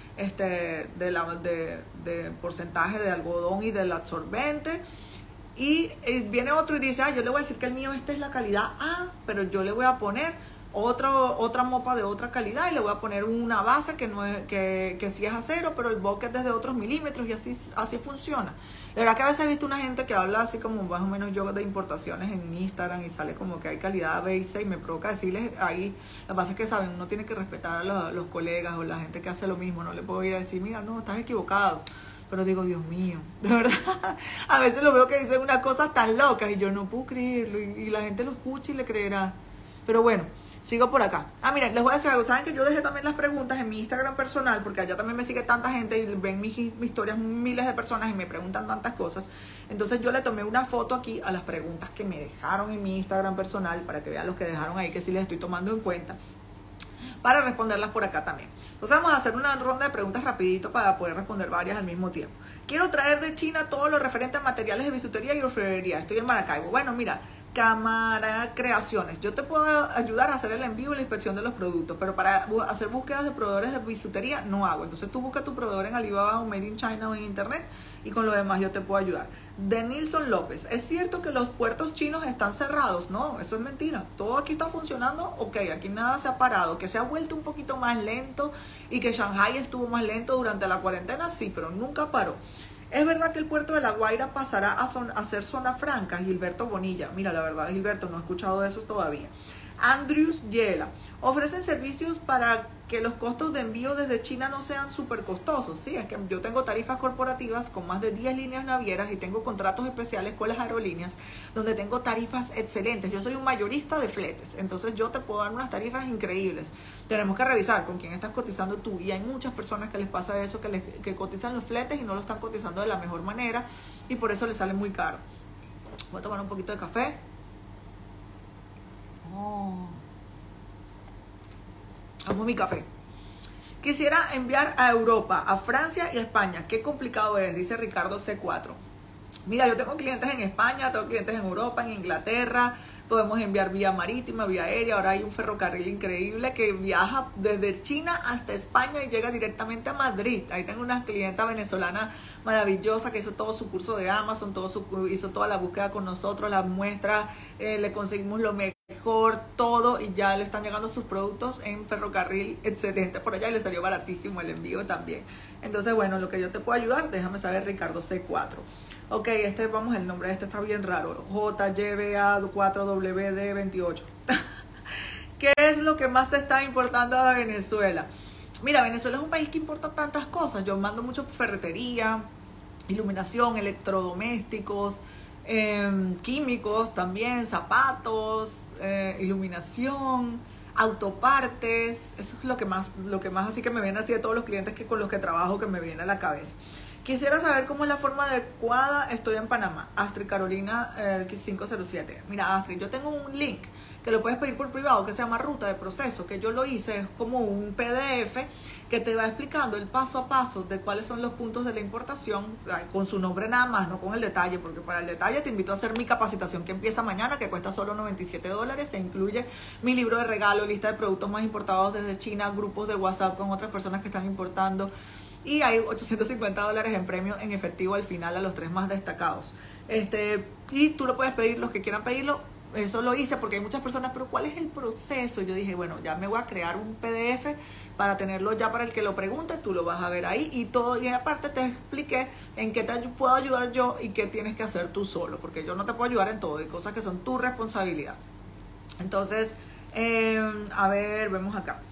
de porcentaje de algodón y del absorbente. Y viene otro y dice, yo le voy a decir que el mío esta es la calidad A, pero yo le voy a poner otra mopa de otra calidad y le voy a poner una base que sí es acero, pero el bucket es de otros milímetros y así funciona. De verdad que a veces he visto una gente que habla así como más o menos yo de importaciones en Instagram y sale como que hay calidad B y C y me provoca decirles ahí, lo que pasa es que saben, uno tiene que respetar a los colegas o la gente que hace lo mismo, no le puedo ir a decir, mira, no, estás equivocado. Pero digo, Dios mío, de verdad, a veces lo veo que dicen unas cosas tan locas y yo no puedo creerlo y la gente lo escucha y le creerá. Pero bueno, sigo por acá. Miren, les voy a decir algo. Saben que yo dejé también las preguntas en mi Instagram personal, porque allá también me sigue tanta gente y ven mis historias miles de personas y me preguntan tantas cosas. Entonces yo le tomé una foto aquí a las preguntas que me dejaron en mi Instagram personal, para que vean los que dejaron ahí, que sí les estoy tomando en cuenta, para responderlas por acá también. Entonces vamos a hacer una ronda de preguntas rapidito para poder responder varias al mismo tiempo. Quiero traer de China todo lo referente a materiales de bisutería y orfebrería. Estoy en Maracaibo. Bueno, mira, Cámara Creaciones. Yo te puedo ayudar a hacer el envío y la inspección de los productos, pero para hacer búsquedas de proveedores de bisutería no hago. Entonces tú busca tu proveedor en Alibaba o Made in China o en internet y con lo demás yo te puedo ayudar. De Nilson López. ¿Es cierto que los puertos chinos están cerrados? No, eso es mentira. Todo aquí está funcionando. Ok, aquí nada se ha parado. Que se ha vuelto un poquito más lento y que Shanghai estuvo más lento durante la cuarentena, sí, pero nunca paró. ¿Es verdad que el puerto de La Guaira pasará a ser zona franca? Gilberto Bonilla. Mira, la verdad, Gilberto, no he escuchado de eso todavía. Andrews Yela. Ofrecen servicios para que los costos de envío desde China no sean súper costosos. Sí, es que yo tengo tarifas corporativas con más de 10 líneas navieras y tengo contratos especiales con las aerolíneas donde tengo tarifas excelentes. Yo soy un mayorista de fletes, entonces yo te puedo dar unas tarifas increíbles. Tenemos que revisar con quién estás cotizando tú, y hay muchas personas que les pasa eso, que cotizan los fletes y no lo están cotizando de la mejor manera y por eso les sale muy caro. Voy a tomar un poquito de café. Amo mi café. Quisiera enviar a Europa, a Francia y a España. Qué complicado es, dice Ricardo C4. Mira, yo tengo clientes en España, tengo clientes en Europa, en Inglaterra. Podemos enviar vía marítima, vía aérea. Ahora hay un ferrocarril increíble que viaja desde China hasta España y llega directamente a Madrid. Ahí tengo una clienta venezolana maravillosa que hizo todo su curso de Amazon, hizo toda la búsqueda con nosotros, las muestras, le conseguimos lo mejor, todo, y ya le están llegando sus productos en ferrocarril excelente por allá y le salió baratísimo el envío también. Entonces, bueno, lo que yo te puedo ayudar, déjame saber, Ricardo C4. Ok, vamos, el nombre de este está bien raro. JYBA4WD28. ¿Qué es lo que más se está importando a Venezuela? Mira, Venezuela es un país que importa tantas cosas. Yo mando mucho ferretería, iluminación, electrodomésticos, químicos también, zapatos, iluminación, autopartes. Eso es lo que más así que me viene así de todos los clientes con los que trabajo, que me viene a la cabeza. Quisiera saber cómo es la forma adecuada. Estoy en Panamá. Astrid Carolina 507. Mira, Astrid, yo tengo un link que lo puedes pedir por privado, que se llama Ruta de Proceso, que yo lo hice, es como un PDF que te va explicando el paso a paso de cuáles son los puntos de la importación, con su nombre nada más, no con el detalle, porque para el detalle te invito a hacer mi capacitación que empieza mañana, que cuesta solo $97, se incluye mi libro de regalo, lista de productos más importados desde China, grupos de WhatsApp con otras personas que están importando, y hay $850 en premio en efectivo al final a los 3 más destacados. Y tú lo puedes pedir, los que quieran pedirlo. Eso lo hice porque hay muchas personas, pero ¿cuál es el proceso? Yo dije, bueno, ya me voy a crear un PDF para tenerlo ya para el que lo pregunte, tú lo vas a ver ahí y todo, y aparte te expliqué en qué te puedo ayudar yo y qué tienes que hacer tú solo, porque yo no te puedo ayudar en todo, hay cosas que son tu responsabilidad. Entonces, a ver, vemos acá.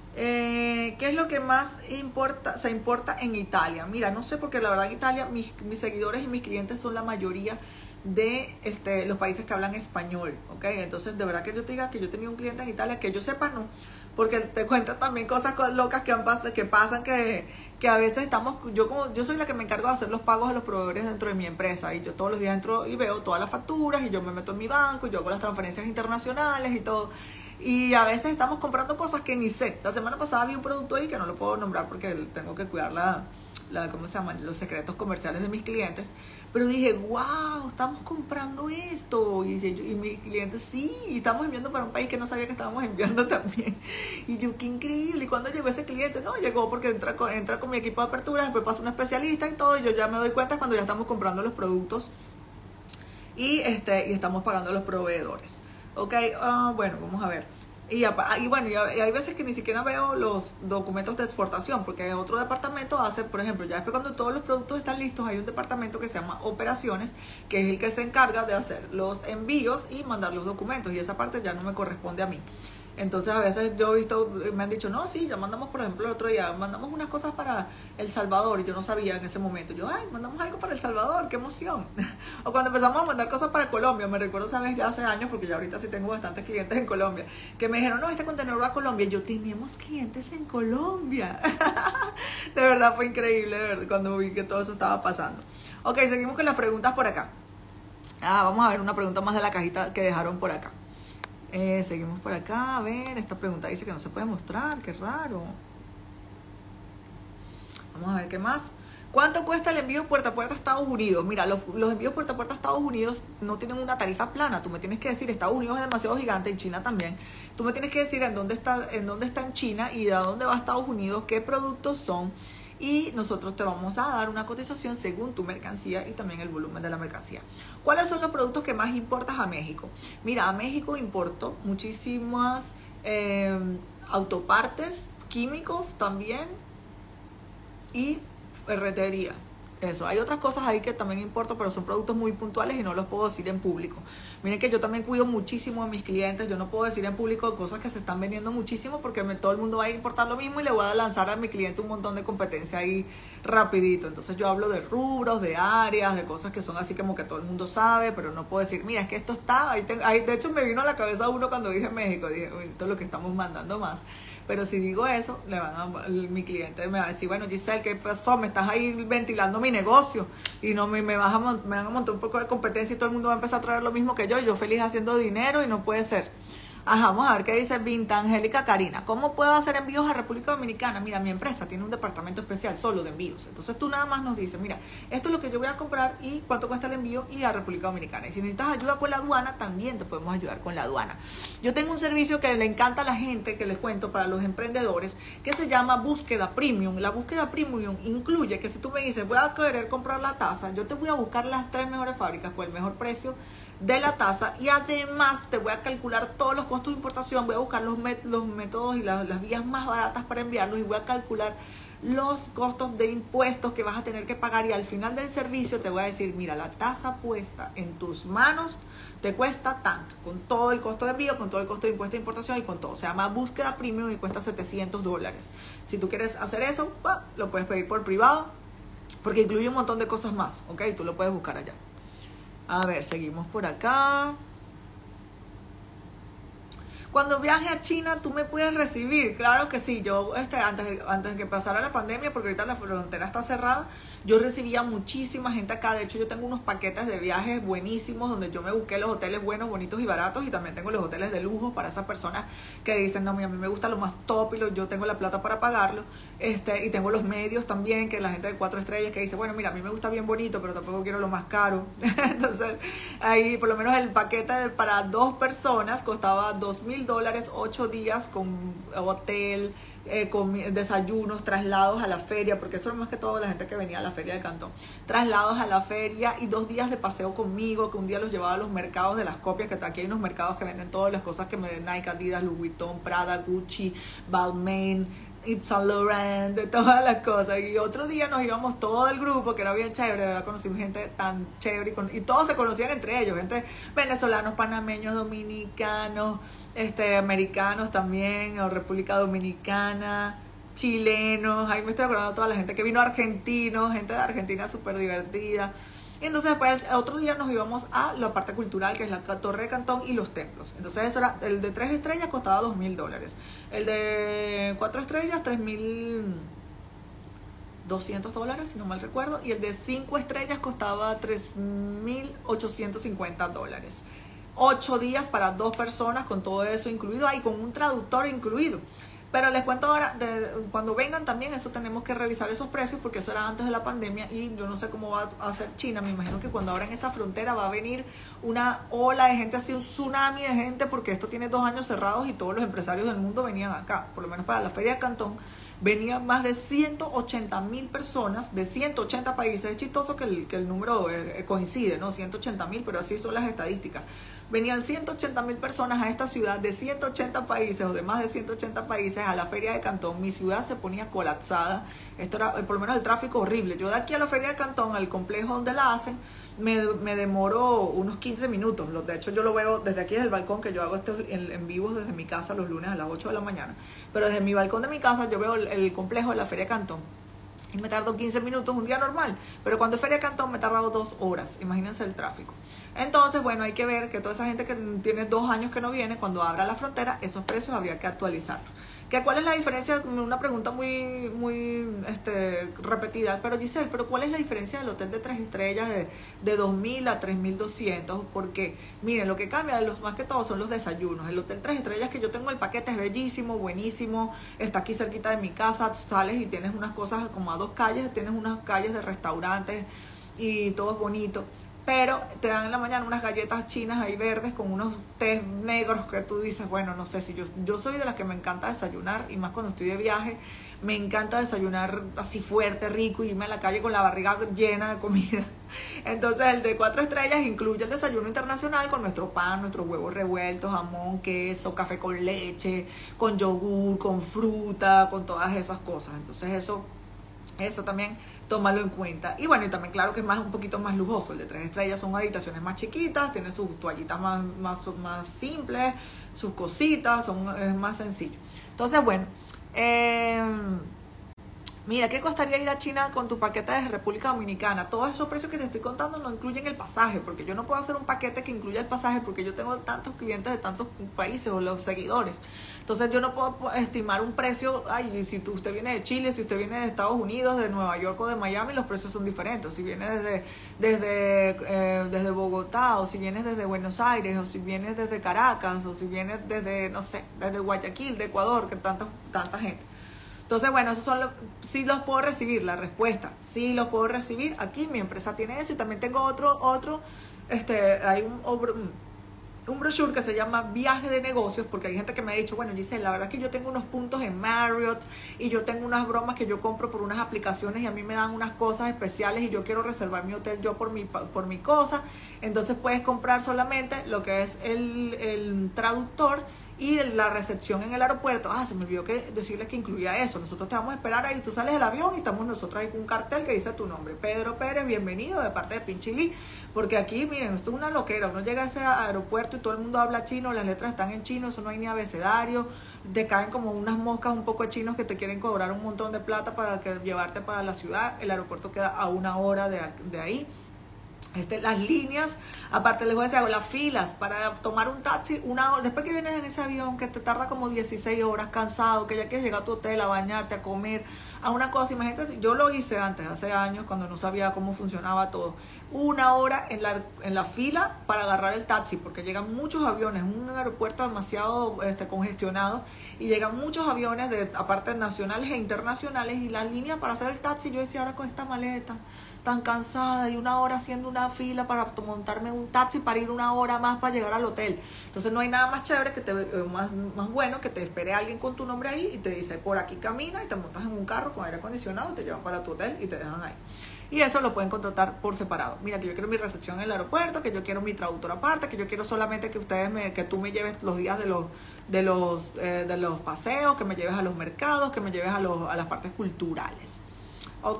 ¿Qué es lo que más se importa en Italia? Mira, no sé, porque la verdad en Italia mis seguidores y mis clientes son la mayoría de los países que hablan español, ¿ok? Entonces, de verdad que yo te diga que yo tenía un cliente en Italia, que yo sepa, no, porque te cuentan también cosas locas que pasan, que a veces yo soy la que me encargo de hacer los pagos a los proveedores dentro de mi empresa, y yo todos los días entro y veo todas las facturas, y yo me meto en mi banco, y yo hago las transferencias internacionales y todo. Y a veces estamos comprando cosas que ni sé. La semana pasada vi un producto ahí que no lo puedo nombrar porque tengo que cuidar ¿cómo se llaman? Los secretos comerciales de mis clientes. Pero dije, wow, estamos comprando esto. Y mis clientes, sí, y estamos enviando para un país que no sabía que estábamos enviando también. Y yo, qué increíble. ¿Y cuándo llegó ese cliente? No, llegó porque entra con mi equipo de apertura, después pasa un especialista y todo. Y yo ya me doy cuenta cuando ya estamos comprando los productos y estamos pagando a los proveedores. Ok, bueno, vamos a ver. Y bueno, y hay veces que ni siquiera veo los documentos de exportación, porque otro departamento hace, por ejemplo, ya después cuando todos los productos están listos, hay un departamento que se llama operaciones, que es el que se encarga de hacer los envíos y mandar los documentos, y esa parte ya no me corresponde a mí. Entonces a veces yo he visto, me han dicho, no, sí, ya mandamos, por ejemplo, el otro día, mandamos unas cosas para El Salvador, y yo no sabía en ese momento. Yo, ay, mandamos algo para El Salvador, qué emoción. O cuando empezamos a mandar cosas para Colombia, me recuerdo, sabes, ya hace años, porque ya ahorita sí tengo bastantes clientes en Colombia, que me dijeron, no, este contenedor va a Colombia. Y yo, tenemos clientes en Colombia. De verdad fue increíble, de verdad, cuando vi que todo eso estaba pasando. Ok, seguimos con las preguntas por acá. Vamos a ver una pregunta más de la cajita que dejaron por acá. Seguimos por acá, a ver, esta pregunta dice que no se puede mostrar, qué raro. Vamos a ver qué más. ¿Cuánto cuesta el envío puerta a puerta a Estados Unidos? Mira, los envíos puerta a puerta a Estados Unidos no tienen una tarifa plana. Tú me tienes que decir, Estados Unidos es demasiado gigante, en China también. Tú me tienes que decir en dónde está en China y de dónde va a Estados Unidos, qué productos son. Y nosotros te vamos a dar una cotización según tu mercancía y también el volumen de la mercancía. ¿Cuáles son los productos que más importas a México? Mira, a México importo muchísimas autopartes, químicos también y ferretería. Eso, hay otras cosas ahí que también importan, pero son productos muy puntuales y no los puedo decir en público. Miren que yo también cuido muchísimo a mis clientes, yo no puedo decir en público cosas que se están vendiendo muchísimo porque todo el mundo va a importar lo mismo y le voy a lanzar a mi cliente un montón de competencia ahí rapidito. Entonces yo hablo de rubros, de áreas, de cosas que son así como que todo el mundo sabe, pero no puedo decir, mira, es que esto está, de hecho me vino a la cabeza uno cuando dije México, dije, uy, esto es lo que estamos mandando más. Pero si digo eso, mi cliente me va a decir, bueno, Giselle, ¿qué pasó? Me estás ahí ventilando mi negocio y no me van a montar un poco de competencia y todo el mundo va a empezar a traer lo mismo que yo feliz haciendo dinero y no puede ser. Ajá, vamos a ver qué dice Vinta Angélica Karina. ¿Cómo puedo hacer envíos a República Dominicana? Mira, mi empresa tiene un departamento especial solo de envíos. Entonces tú nada más nos dices, mira, esto es lo que yo voy a comprar y cuánto cuesta el envío y a República Dominicana. Y si necesitas ayuda con la aduana, también te podemos ayudar con la aduana. Yo tengo un servicio que le encanta a la gente, que les cuento para los emprendedores, que se llama Búsqueda Premium. La Búsqueda Premium incluye que si tú me dices, voy a querer comprar la taza, yo te voy a buscar las 3 mejores fábricas con el mejor precio de la taza y además te voy a calcular todos los costos de importación, voy a buscar los métodos y las vías más baratas para enviarlos y voy a calcular los costos de impuestos que vas a tener que pagar y al final del servicio te voy a decir, mira, la taza puesta en tus manos te cuesta tanto, con todo el costo de envío, con todo el costo de impuesto de importación y con todo. Se llama Búsqueda Premium y cuesta $700. Si tú quieres hacer eso, lo puedes pedir por privado porque incluye un montón de cosas más, ¿ok? Tú lo puedes buscar allá. A ver, seguimos por acá. Cuando viaje a China, ¿tú me puedes recibir? Claro que sí. Yo, antes de que pasara la pandemia, porque ahorita la frontera está cerrada, yo recibía muchísima gente acá. De hecho, yo tengo unos paquetes de viajes buenísimos donde yo me busqué los hoteles buenos, bonitos y baratos. Y también tengo los hoteles de lujo para esas personas que dicen, no, a mí me gusta lo más top y yo tengo la plata para pagarlo. Y tengo los medios también, que la gente de 4 estrellas que dice, bueno, mira, a mí me gusta bien bonito, pero tampoco quiero lo más caro. Entonces, ahí por lo menos el paquete para 2 personas costaba $2,000, 8 días con hotel, con desayunos, traslados a la feria, porque eso es más que todo la gente que venía a la feria de Cantón. Traslados a la feria y 2 días de paseo conmigo, que un día los llevaba a los mercados de las copias, que aquí hay unos mercados que venden todas las cosas que me den Nike, Adidas, Louis Vuitton, Prada, Gucci, Balmain, Yves Saint Laurent, de todas las cosas. Y otro día nos íbamos todo el grupo, que era bien chévere, de verdad conocí gente tan chévere y todos se conocían entre ellos, gente venezolanos, panameños, dominicanos, americanos también, o República Dominicana, chilenos. Ahí me estoy acordando de toda la gente que vino, argentinos, gente de Argentina súper divertida. Y entonces después el otro día nos íbamos a la parte cultural, que es la Torre de Cantón y los templos. Entonces eso era, el de 3 estrellas costaba $2,000. El de 4 estrellas, $3,200, si no mal recuerdo. Y el de 5 estrellas costaba $3,850. 8 días para 2 personas con todo eso incluido, ahí con un traductor incluido. Pero les cuento ahora, cuando vengan también, eso tenemos que revisar esos precios, porque eso era antes de la pandemia y yo no sé cómo va a hacer China. Me imagino que cuando abran esa frontera va a venir una ola de gente, así un tsunami de gente, porque esto tiene 2 años cerrados y todos los empresarios del mundo venían acá. Por lo menos para la Feria de Cantón venían más de 180,000 personas de 180 países. Es chistoso que el número coincide, ¿no? 180,000, pero así son las estadísticas. Venían 180,000 personas a esta ciudad de 180 países o de más de 180 países a la Feria de Cantón. Mi ciudad se ponía colapsada. Esto era, por lo menos el tráfico horrible. Yo de aquí a la Feria de Cantón, al complejo donde la hacen, me demoro unos 15 minutos. De hecho, yo lo veo desde aquí, desde el balcón, que yo hago esto en vivo desde mi casa los lunes a las 8 de la mañana. Pero desde mi balcón de mi casa yo veo el complejo de la Feria de Cantón. Y me tardó 15 minutos un día normal. Pero cuando es Feria de Cantón me tardaba 2 horas. Imagínense el tráfico. Entonces, bueno, hay que ver que toda esa gente que tiene 2 años que no viene, cuando abra la frontera, esos precios habría que actualizarlos. ¿Cuál es la diferencia? Una pregunta muy repetida. Pero Giselle, ¿cuál es la diferencia del hotel de 3 estrellas de 2,000 a 3,200? Porque, miren, lo que cambia de los más que todo son los desayunos. El hotel 3 estrellas que yo tengo, el paquete es bellísimo, buenísimo. Está aquí cerquita de mi casa, sales y tienes unas cosas como a 2 calles, tienes unas calles de restaurantes y todo es bonito. Pero te dan en la mañana unas galletas chinas ahí verdes con unos tés negros que tú dices, bueno, no sé si yo soy de las que me encanta desayunar, y más cuando estoy de viaje, me encanta desayunar así fuerte, rico, y irme a la calle con la barriga llena de comida. Entonces el de 4 estrellas incluye el desayuno internacional con nuestro pan, nuestros huevos revueltos, jamón, queso, café con leche, con yogur, con fruta, con todas esas cosas. Entonces eso Eso también tómalo en cuenta. Y bueno, y también claro que es un poquito más lujoso. El de 3 estrellas son habitaciones más chiquitas, tiene sus toallitas más simples, sus cositas, es más sencillo. Entonces, bueno, mira, ¿qué costaría ir a China con tu paquete de República Dominicana? Todos esos precios que te estoy contando no incluyen el pasaje, porque yo no puedo hacer un paquete que incluya el pasaje porque yo tengo tantos clientes de tantos países o los seguidores. Entonces yo no puedo estimar un precio, ay, si usted viene de Chile, si usted viene de Estados Unidos, de Nueva York o de Miami, los precios son diferentes. Si viene desde Bogotá, o si vienes desde Buenos Aires, o si vienes desde Caracas, o si vienes desde, no sé, desde Guayaquil, de Ecuador, que tanta gente. Entonces, bueno, esos son sí los puedo recibir, la respuesta, sí los puedo recibir. Aquí mi empresa tiene eso y también tengo hay un brochure que se llama Viaje de Negocios, porque hay gente que me ha dicho, bueno, Giselle, la verdad es que yo tengo unos puntos en Marriott y yo tengo unas bromas que yo compro por unas aplicaciones y a mí me dan unas cosas especiales y yo quiero reservar mi hotel yo por mi cosa. Entonces puedes comprar solamente lo que es el traductor y la recepción en el aeropuerto. Se me olvidó decirles que incluía eso. Nosotros te vamos a esperar ahí, tú sales del avión y estamos nosotros ahí con un cartel que dice tu nombre, Pedro Pérez, bienvenido de parte de Pinchilí, porque aquí, miren, esto es una loquera. Uno llega a ese aeropuerto y todo el mundo habla chino, las letras están en chino, eso no hay ni abecedario, te caen como unas moscas un poco chinos que te quieren cobrar un montón de plata para llevarte para la ciudad. El aeropuerto queda a 1 hora de ahí. Las líneas, aparte les voy a decir, las filas para tomar un taxi, 1 hora, después que vienes en ese avión que te tarda como 16 horas cansado, que ya quieres llegar a tu hotel, a bañarte, a comer, a una cosa. Imagínate, yo lo hice antes, hace años, cuando no sabía cómo funcionaba todo. 1 hora en la fila para agarrar el taxi, porque llegan muchos aviones, un aeropuerto demasiado congestionado, y llegan muchos aviones, aparte nacionales e internacionales, y las líneas para hacer el taxi, yo decía, ahora con esta maleta tan cansada y 1 hora haciendo una fila para montarme un taxi para ir 1 hora más para llegar al hotel. Entonces no hay nada más chévere más bueno que te espere alguien con tu nombre ahí y te dice, por aquí camina, y te montas en un carro con aire acondicionado y te llevan para tu hotel y te dejan ahí. Y eso lo pueden contratar por separado. Mira, que yo quiero mi recepción en el aeropuerto, que yo quiero mi traductor aparte, que yo quiero solamente que que tú me lleves los días de los paseos, que me lleves a los mercados, que me lleves a las partes culturales. ¿Ok?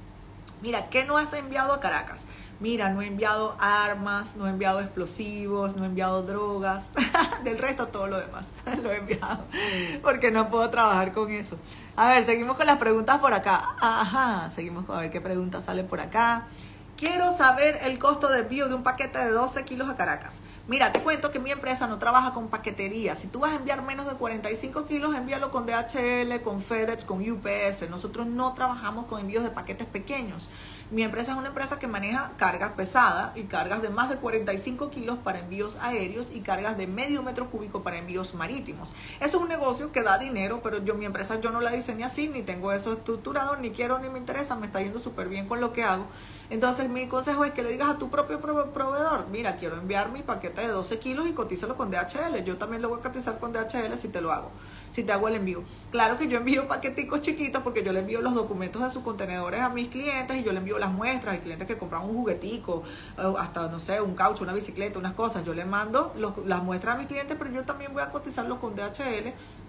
Mira, ¿qué no has enviado a Caracas? Mira, no he enviado armas, no he enviado explosivos, no he enviado drogas. Del resto, todo lo demás lo he enviado, porque no puedo trabajar con eso. A ver, seguimos con las preguntas por acá. Seguimos a ver qué preguntas salen por acá. Quiero saber el costo de envío de un paquete de 12 kilos a Caracas. Mira, te cuento que mi empresa no trabaja con paquetería. Si tú vas a enviar menos de 45 kilos, envíalo con DHL, con FedEx, con UPS. Nosotros no trabajamos con envíos de paquetes pequeños. Mi empresa es una empresa que maneja cargas pesadas y cargas de más de 45 kilos para envíos aéreos y cargas de medio metro cúbico para envíos marítimos. Eso es un negocio que da dinero, pero mi empresa yo no la diseñé así, ni tengo eso estructurado, ni quiero ni me interesa, me está yendo súper bien con lo que hago. Entonces mi consejo es que le digas a tu propio proveedor, mira, quiero enviar mi paquete de 12 kilos y cotízalo con DHL. Yo también lo voy a cotizar con DHL si te lo hago, si te hago el envío. Claro que yo envío paqueticos chiquitos porque yo le envío los documentos de sus contenedores a mis clientes y yo le envío las muestras. Hay clientes que compran un juguetico, hasta, no sé, un caucho, una bicicleta, unas cosas. Yo le mando las muestras a mis clientes, pero yo también voy a cotizarlo con DHL.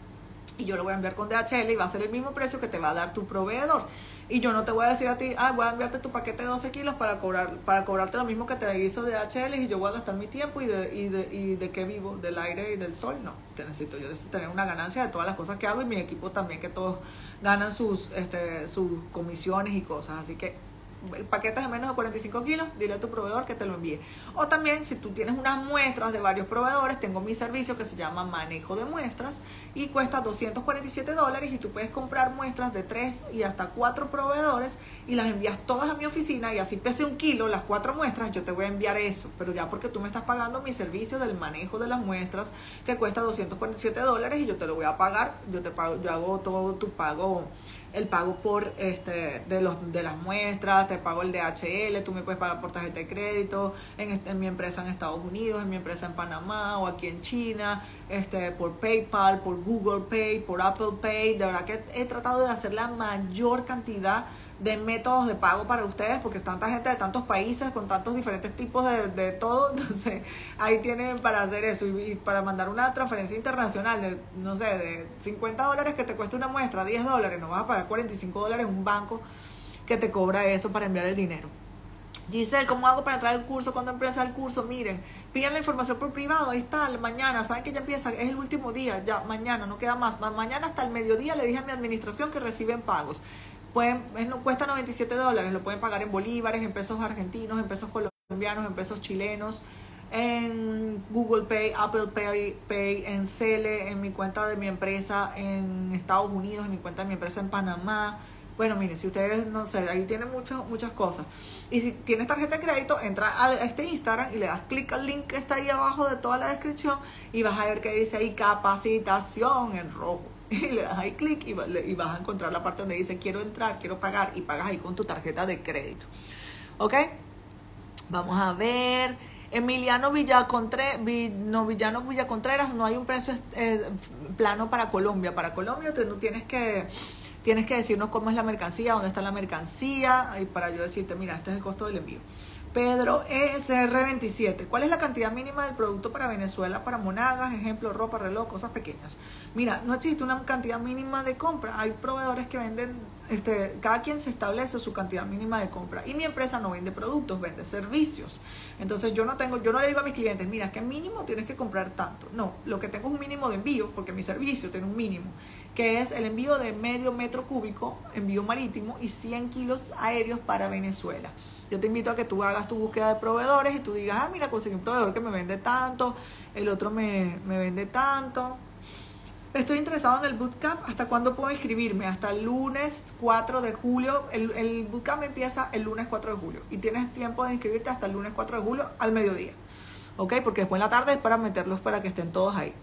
Y yo lo voy a enviar con DHL y va a ser el mismo precio que te va a dar tu proveedor. Y yo no te voy a decir a ti, voy a enviarte tu paquete de 12 kilos para cobrarte lo mismo que te hizo DHL y yo voy a gastar mi tiempo y de qué vivo, del aire y del sol. No, necesito tener una ganancia de todas las cosas que hago y mi equipo también, que todos ganan sus comisiones y cosas. Así que paquetes de menos de 45 kilos, dile a tu proveedor que te lo envíe. O también, si tú tienes unas muestras de varios proveedores, tengo mi servicio que se llama manejo de muestras y cuesta $247 y tú puedes comprar muestras de 3 y hasta 4 proveedores y las envías todas a mi oficina y así pese 1 kilo las 4 muestras, yo te voy a enviar eso, pero ya porque tú me estás pagando mi servicio del manejo de las muestras que cuesta $247 y yo te lo voy a pagar, yo hago todo tu pago, el pago por de las muestras, te pago el DHL, tú me puedes pagar por tarjeta de crédito, en mi empresa en Estados Unidos, en mi empresa en Panamá o aquí en China, por PayPal, por Google Pay, por Apple Pay. De verdad que he tratado de hacer la mayor cantidad de métodos de pago para ustedes, porque tanta gente de tantos países con tantos diferentes tipos de todo, entonces ahí tienen para hacer eso. Y para mandar una transferencia internacional de, no sé, de $50 que te cuesta una muestra, $10, no vas a pagar $45 en un banco que te cobra eso para enviar el dinero. Giselle, ¿cómo hago para entrar al curso? ¿Cuándo empieza el curso? Miren, piden la información por privado, ahí está, mañana, saben que ya empieza, es el último día, ya mañana, no queda más. Mañana hasta el mediodía le dije a mi administración que reciben pagos. No cuesta $97, lo pueden pagar en bolívares, en pesos argentinos, en pesos colombianos, en pesos chilenos, en Google Pay, Apple Pay, en Cele, en mi cuenta de mi empresa en Estados Unidos, en mi cuenta de mi empresa en Panamá. Bueno, miren, si ustedes, no sé, ahí tienen muchas cosas. Y si tienes tarjeta de crédito, entra a este Instagram y le das clic al link que está ahí abajo de toda la descripción y vas a ver que dice ahí capacitación en rojo. Y le das ahí clic y vas a encontrar la parte donde dice quiero entrar, quiero pagar, y pagas ahí con tu tarjeta de crédito. ¿Ok? Vamos a ver. Emiliano Villacontreras, no hay un precio plano para Colombia. Para Colombia tú tienes que decirnos cómo es la mercancía, dónde está la mercancía, y para yo decirte, mira, este es el costo del envío. Pedro ESR27, ¿cuál es la cantidad mínima del producto para Venezuela, para Monagas, ejemplo, ropa, reloj, cosas pequeñas? Mira, no existe una cantidad mínima de compra. Hay proveedores que venden, cada quien se establece su cantidad mínima de compra. Y mi empresa no vende productos, vende servicios. Entonces yo no le digo a mis clientes, mira, que mínimo tienes que comprar tanto. No, lo que tengo es un mínimo de envío, porque mi servicio tiene un mínimo, que es el envío de medio metro cúbico, envío marítimo, y 100 kilos aéreos para Venezuela. Yo te invito a que tú hagas tu búsqueda de proveedores y tú digas, mira, conseguí un proveedor que me vende tanto, el otro me vende tanto. Estoy interesado en el bootcamp. ¿Hasta cuándo puedo inscribirme? Hasta el lunes 4 de julio. El bootcamp empieza el lunes 4 de julio. Y tienes tiempo de inscribirte hasta el lunes 4 de julio al mediodía. ¿Ok? Porque después en la tarde es para meterlos para que estén todos ahí.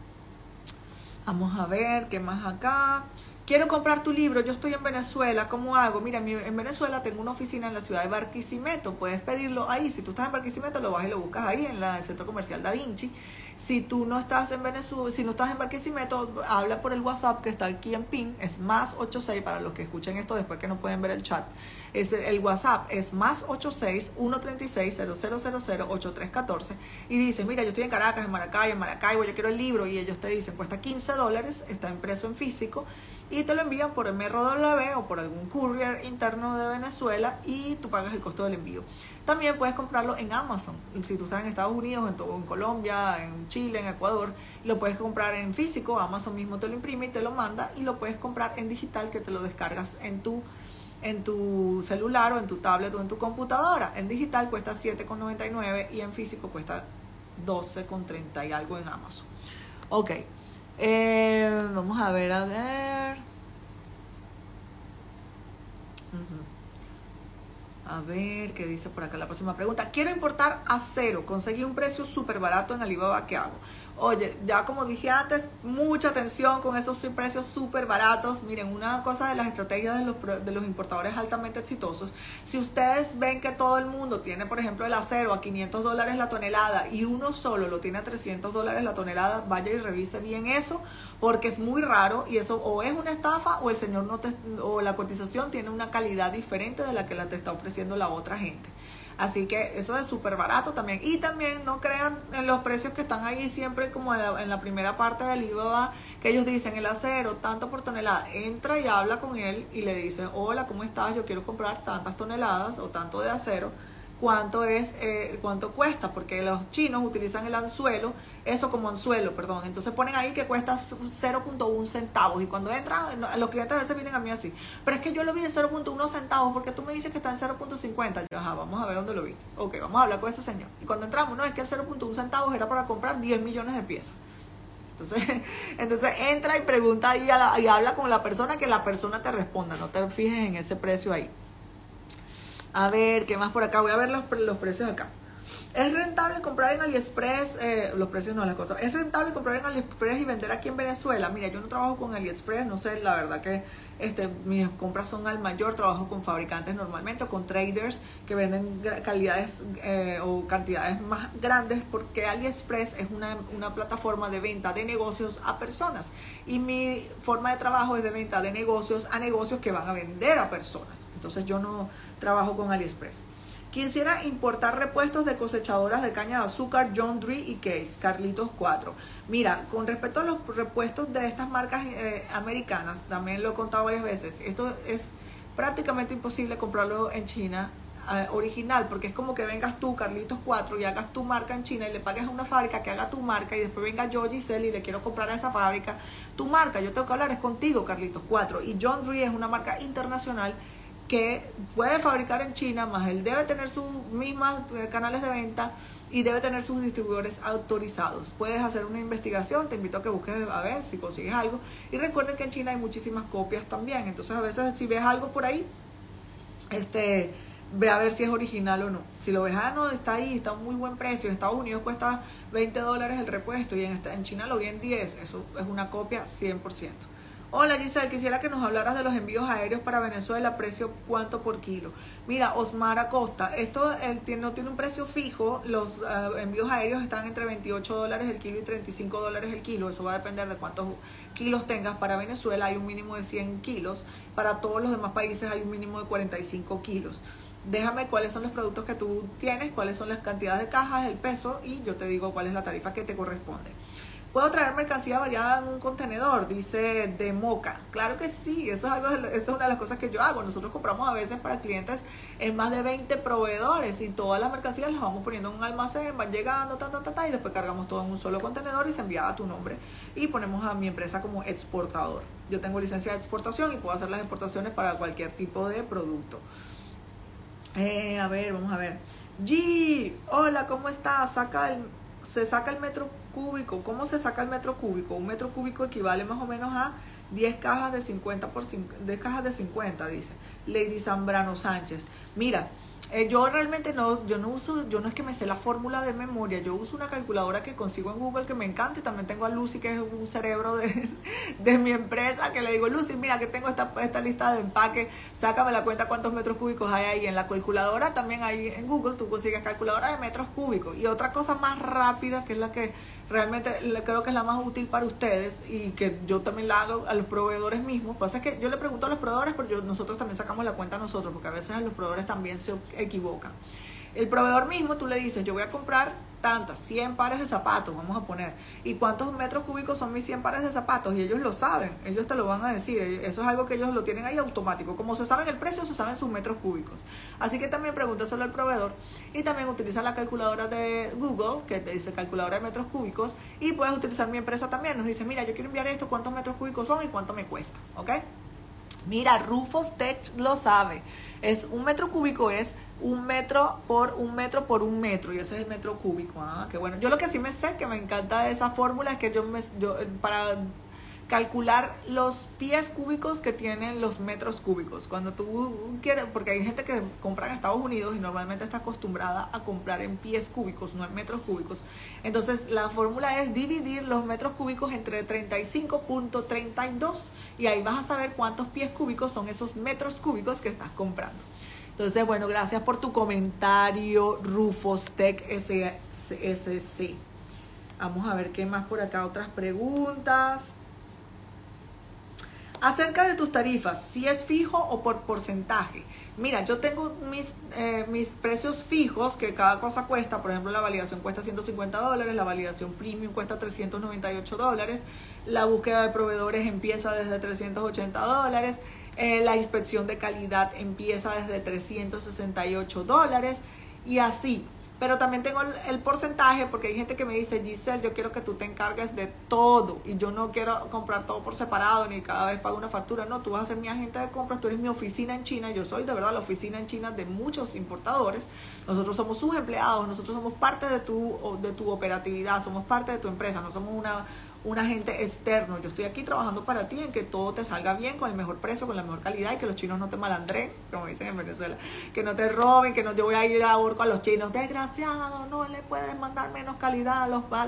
Vamos a ver, ¿qué más acá? Quiero comprar tu libro, yo estoy en Venezuela, ¿cómo hago? Mira, en Venezuela tengo una oficina en la ciudad de Barquisimeto, puedes pedirlo ahí. Si tú estás en Barquisimeto, lo vas y lo buscas ahí en el Centro Comercial Da Vinci. Si tú no estás en Venezuela, si no estás en Barquisimeto, habla por el WhatsApp que está aquí en PIN, es +86 para los que escuchen esto después que no pueden ver el chat. El WhatsApp es +86 136 0000 8314 y dices, mira, yo estoy en Caracas, en Maracaibo, yo quiero el libro, y ellos te dicen, cuesta $15, está impreso en físico y te lo envían por MRW o por algún courier interno de Venezuela y tú pagas el costo del envío. También puedes comprarlo en Amazon. Si tú estás en Estados Unidos, en Colombia, en Chile, en Ecuador, lo puedes comprar en físico. Amazon mismo te lo imprime y te lo manda, y lo puedes comprar en digital, que te lo descargas en tu celular o en tu tablet o en tu computadora. En digital cuesta $7,99 y en físico cuesta $12,30 y algo en Amazon. Ok. Vamos a ver. A ver, ¿qué dice por acá la próxima pregunta? Quiero importar acero, conseguí un precio súper barato en Alibaba, ¿qué hago? Oye, ya como dije antes, mucha atención con esos precios súper baratos. Miren, una cosa de las estrategias de los importadores altamente exitosos, si ustedes ven que todo el mundo tiene, por ejemplo, el acero a $500 la tonelada y uno solo lo tiene a $300 la tonelada, vaya y revise bien eso, porque es muy raro, y eso o es una estafa o el señor o la cotización tiene una calidad diferente de la que te está ofreciendo la otra gente. Así que eso es súper barato también. Y también no crean en los precios que están ahí siempre como en la primera parte del Alibaba, que ellos dicen el acero, tanto por tonelada. Entra y habla con él y le dice, hola, ¿cómo estás? Yo quiero comprar tantas toneladas o tanto de acero. ¿Cuánto cuesta? Porque los chinos utilizan el anzuelo, eso como anzuelo, perdón. Entonces ponen ahí que cuesta 0.1 centavos. Y cuando entran, los clientes a veces vienen a mí así, pero es que yo lo vi en 0.1 centavos, porque tú me dices que está en 0.50. Yo, ajá, vamos a ver dónde lo viste. Ok, vamos a hablar con ese señor. Y cuando entramos, no, es que el 0.1 centavos era para comprar 10 millones de piezas. Entonces entra y pregunta ahí y habla con la persona, que la persona te responda. No te fijes en ese precio ahí. A ver, ¿qué más por acá? Voy a ver los precios acá. ¿Es rentable comprar en AliExpress? Los precios no, las cosas. ¿Es rentable comprar en AliExpress y vender aquí en Venezuela? Mira, yo no trabajo con AliExpress, no sé, la verdad que mis compras son al mayor. Trabajo con fabricantes normalmente o con traders que venden calidades o cantidades más grandes, porque AliExpress es una plataforma de venta de negocios a personas. Y mi forma de trabajo es de venta de negocios a negocios que van a vender a personas. Entonces yo no trabajo con AliExpress. Quisiera importar repuestos de cosechadoras de caña de azúcar, John Deere y Case, Carlitos 4. Mira, con respecto a los repuestos de estas marcas americanas, también lo he contado varias veces, esto es prácticamente imposible comprarlo en China original, porque es como que vengas tú, Carlitos 4, y hagas tu marca en China y le pagues a una fábrica que haga tu marca, y después venga yo, Giselle, y le quiero comprar a esa fábrica tu marca. Yo tengo que hablar es contigo, Carlitos 4. Y John Deere es una marca internacional que puede fabricar en China, más él debe tener sus mismas canales de venta y debe tener sus distribuidores autorizados. Puedes hacer una investigación, te invito a que busques a ver si consigues algo. Y recuerden que en China hay muchísimas copias también, entonces a veces si ves algo por ahí, ve a ver si es original o no. Si lo ves, no, está ahí, está a un muy buen precio. En Estados Unidos cuesta $20 el repuesto y en China lo vi en 10. Eso es una copia 100%. Hola Giselle, quisiera que nos hablaras de los envíos aéreos para Venezuela, precio cuánto por kilo. Mira, Osmar Acosta, esto no tiene un precio fijo, los envíos aéreos están entre $28 el kilo y $35 el kilo, eso va a depender de cuántos kilos tengas. Para Venezuela hay un mínimo de 100 kilos, para todos los demás países hay un mínimo de 45 kilos. Déjame cuáles son los productos que tú tienes, cuáles son las cantidades de cajas, el peso, y yo te digo cuál es la tarifa que te corresponde. ¿Puedo traer mercancía variada en un contenedor? Dice de Moca. Claro que sí, eso es una de las cosas que yo hago. Nosotros compramos a veces para clientes en más de 20 proveedores y todas las mercancías las vamos poniendo en un almacén, van llegando, y después cargamos todo en un solo contenedor y se envía a tu nombre. Y ponemos a mi empresa como exportador. Yo tengo licencia de exportación y puedo hacer las exportaciones para cualquier tipo de producto. A ver, vamos a ver. G, hola, ¿cómo estás? Se saca el metro cúbico. ¿Cómo se saca el metro cúbico? Un metro cúbico equivale más o menos a 10 cajas de 50 por 10 cajas de 50, dice Lady Zambrano Sánchez. Mira, yo realmente no es que me sé la fórmula de memoria, yo uso una calculadora que consigo en Google que me encanta, y también tengo a Lucy, que es un cerebro de mi empresa, que le digo, Lucy, mira que tengo esta lista de empaque, sácame la cuenta cuántos metros cúbicos hay ahí. En la calculadora también hay en Google, tú consigues calculadora de metros cúbicos. Y otra cosa más rápida, que es la que realmente creo que es la más útil para ustedes y que yo también la hago a los proveedores mismos. Pasa es que yo le pregunto a los proveedores, pero nosotros también sacamos la cuenta nosotros, porque a veces a los proveedores también se equivocan. El proveedor mismo, tú le dices, yo voy a comprar tantas, 100 pares de zapatos, vamos a poner, y cuántos metros cúbicos son mis 100 pares de zapatos, y ellos lo saben, ellos te lo van a decir, eso es algo que ellos lo tienen ahí automático, como se saben el precio, se saben sus metros cúbicos. Así que también pregúntaselo al proveedor, y también utiliza la calculadora de Google, que te dice calculadora de metros cúbicos, y puedes utilizar mi empresa también, nos dice, mira, yo quiero enviar esto, cuántos metros cúbicos son y cuánto me cuesta, ¿ok? Mira, Rufus Tech lo sabe. Un metro cúbico es 1 metro por 1 metro por 1 metro. Y ese es el metro cúbico. Ah, qué bueno. Yo lo que sí me sé, que me encanta de esa fórmula, es que para calcular los pies cúbicos que tienen los metros cúbicos. Cuando tú quieres, porque hay gente que compra en Estados Unidos y normalmente está acostumbrada a comprar en pies cúbicos, no en metros cúbicos. Entonces la fórmula es dividir los metros cúbicos entre 35.32 y ahí vas a saber cuántos pies cúbicos son esos metros cúbicos que estás comprando. Entonces, bueno, gracias por tu comentario, Rufus Tech SSC. Vamos a ver qué más por acá, otras preguntas. Acerca de tus tarifas, si es fijo o por porcentaje. Mira, yo tengo mis precios fijos, que cada cosa cuesta. Por ejemplo, la validación cuesta $150, la validación premium cuesta $398, la búsqueda de proveedores empieza desde $380, la inspección de calidad empieza desde $368 y así. Pero también tengo el porcentaje, porque hay gente que me dice, Giselle, yo quiero que tú te encargues de todo y yo no quiero comprar todo por separado ni cada vez pago una factura. No, tú vas a ser mi agente de compras, tú eres mi oficina en China. Yo soy de verdad la oficina en China de muchos importadores. Nosotros somos sus empleados, nosotros somos parte de tu operatividad, somos parte de tu empresa, no somos un agente externo. Yo estoy aquí trabajando para ti en que todo te salga bien, con el mejor precio, con la mejor calidad y que los chinos no te malandren, como dicen en Venezuela, que no te roben, que no yo voy a ir a ahorco a los chinos, desgraciado, no le puedes mandar menos calidad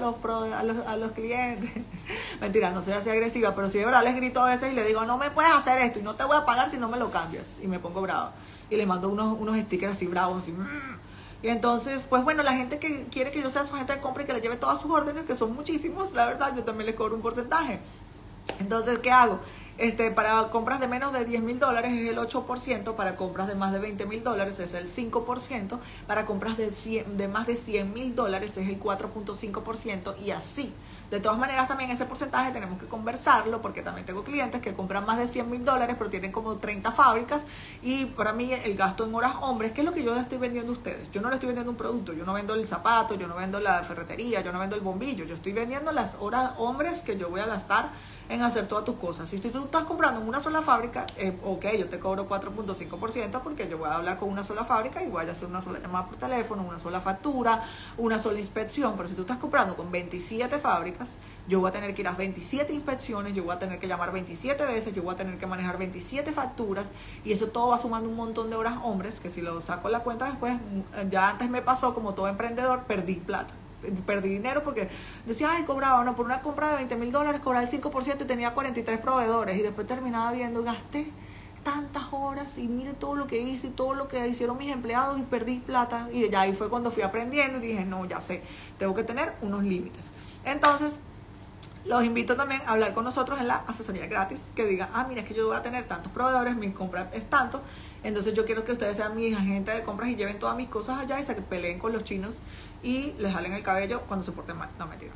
a los clientes. Mentira, no soy así agresiva, pero sí de verdad les grito a veces y les digo, no me puedes hacer esto y no te voy a pagar si no me lo cambias. Y me pongo brava. Y les mando unos stickers así bravos, así. Y entonces, pues bueno, la gente que quiere que yo sea su agente de compra y que le lleve todas sus órdenes, que son muchísimos, la verdad, yo también les cobro un porcentaje. Entonces, ¿qué hago? Para compras de menos de $10,000 es el 8%, para compras de más de $20,000 es el 5%, para compras de más de $100,000 es el 4.5% y así. De todas maneras, también ese porcentaje tenemos que conversarlo porque también tengo clientes que compran más de $100,000 pero tienen como 30 fábricas y para mí el gasto en horas hombres, ¿qué es lo que yo les estoy vendiendo a ustedes? Yo no les estoy vendiendo un producto, yo no vendo el zapato, yo no vendo la ferretería, yo no vendo el bombillo, yo estoy vendiendo las horas hombres que yo voy a gastar en hacer todas tus cosas. Si tú estás comprando en una sola fábrica, ok, yo te cobro 4.5% porque yo voy a hablar con una sola fábrica y voy a hacer una sola llamada por teléfono, una sola factura, una sola inspección. Pero si tú estás comprando con 27 fábricas, yo voy a tener que ir a 27 inspecciones, yo voy a tener que llamar 27 veces, yo voy a tener que manejar 27 facturas y eso todo va sumando un montón de horas hombres que si lo saco en la cuenta después, ya antes me pasó como todo emprendedor, perdí plata. Perdí dinero porque decía, ay, cobraba, no, por una compra de $20,000 cobraba el 5% y tenía 43 proveedores y después terminaba viendo, gasté tantas horas y mire todo lo que hice y todo lo que hicieron mis empleados y perdí plata y ya ahí fue cuando fui aprendiendo y dije, no, ya sé, tengo que tener unos límites. Entonces los invito también a hablar con nosotros en la asesoría gratis, que digan, mira, es que yo voy a tener tantos proveedores, mi compra es tanto, entonces yo quiero que ustedes sean mis agentes de compras y lleven todas mis cosas allá y se peleen con los chinos y les jalen el cabello cuando se porten mal. No, mentira.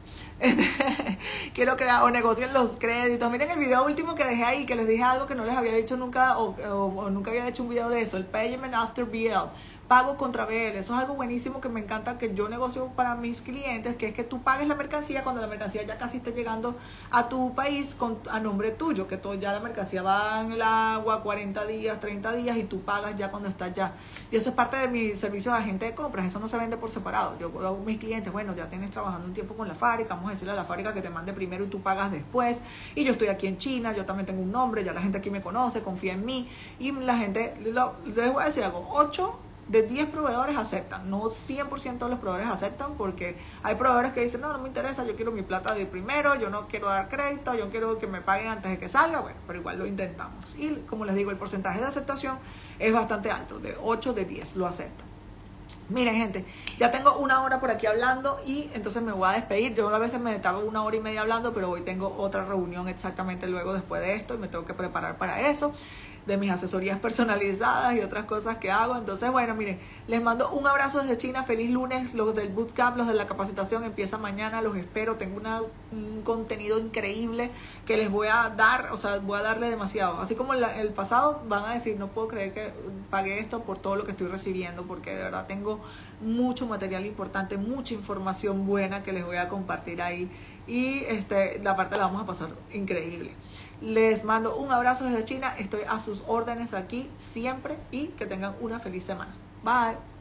Quiero crear o negocien los créditos. Miren el video último que dejé ahí, que les dije algo que no les había dicho nunca o nunca había hecho un video de eso, el Payment After BL. Pago contra BL, eso es algo buenísimo que me encanta que yo negocio para mis clientes, que es que tú pagues la mercancía cuando la mercancía ya casi esté llegando a tu país a nombre tuyo, que ya la mercancía va en el agua 40 días, 30 días y tú pagas ya cuando estás ya. Y eso es parte de mi servicio de agente de compras, eso no se vende por separado. Yo hago mis clientes, bueno, ya tienes trabajando un tiempo con la fábrica, vamos a decirle a la fábrica que te mande primero y tú pagas después. Y yo estoy aquí en China, yo también tengo un nombre, ya la gente aquí me conoce, confía en mí y la gente, les voy a decir algo, 8 de 10 proveedores aceptan, no 100% de los proveedores aceptan porque hay proveedores que dicen, no me interesa, yo quiero mi plata de primero, yo no quiero dar crédito, yo quiero que me paguen antes de que salga, bueno, pero igual lo intentamos. Y como les digo, el porcentaje de aceptación es bastante alto, de 8 de 10 lo aceptan. Miren, gente, ya tengo una hora por aquí hablando y entonces me voy a despedir. Yo a veces me tardo 1 hora y media hablando, pero hoy tengo otra reunión exactamente luego después de esto y me tengo que preparar para eso, de mis asesorías personalizadas y otras cosas que hago. Entonces, bueno, miren, les mando un abrazo desde China, feliz lunes. Los del bootcamp, los de la capacitación empiezan mañana, los espero. Tengo un contenido increíble que les voy a dar, o sea, voy a darle demasiado. Así como el pasado, van a decir, no puedo creer que pagué esto por todo lo que estoy recibiendo, porque de verdad tengo mucho material importante, mucha información buena que les voy a compartir ahí. Y la parte la vamos a pasar increíble. Les mando un abrazo desde China. Estoy a sus órdenes aquí siempre y que tengan una feliz semana. Bye.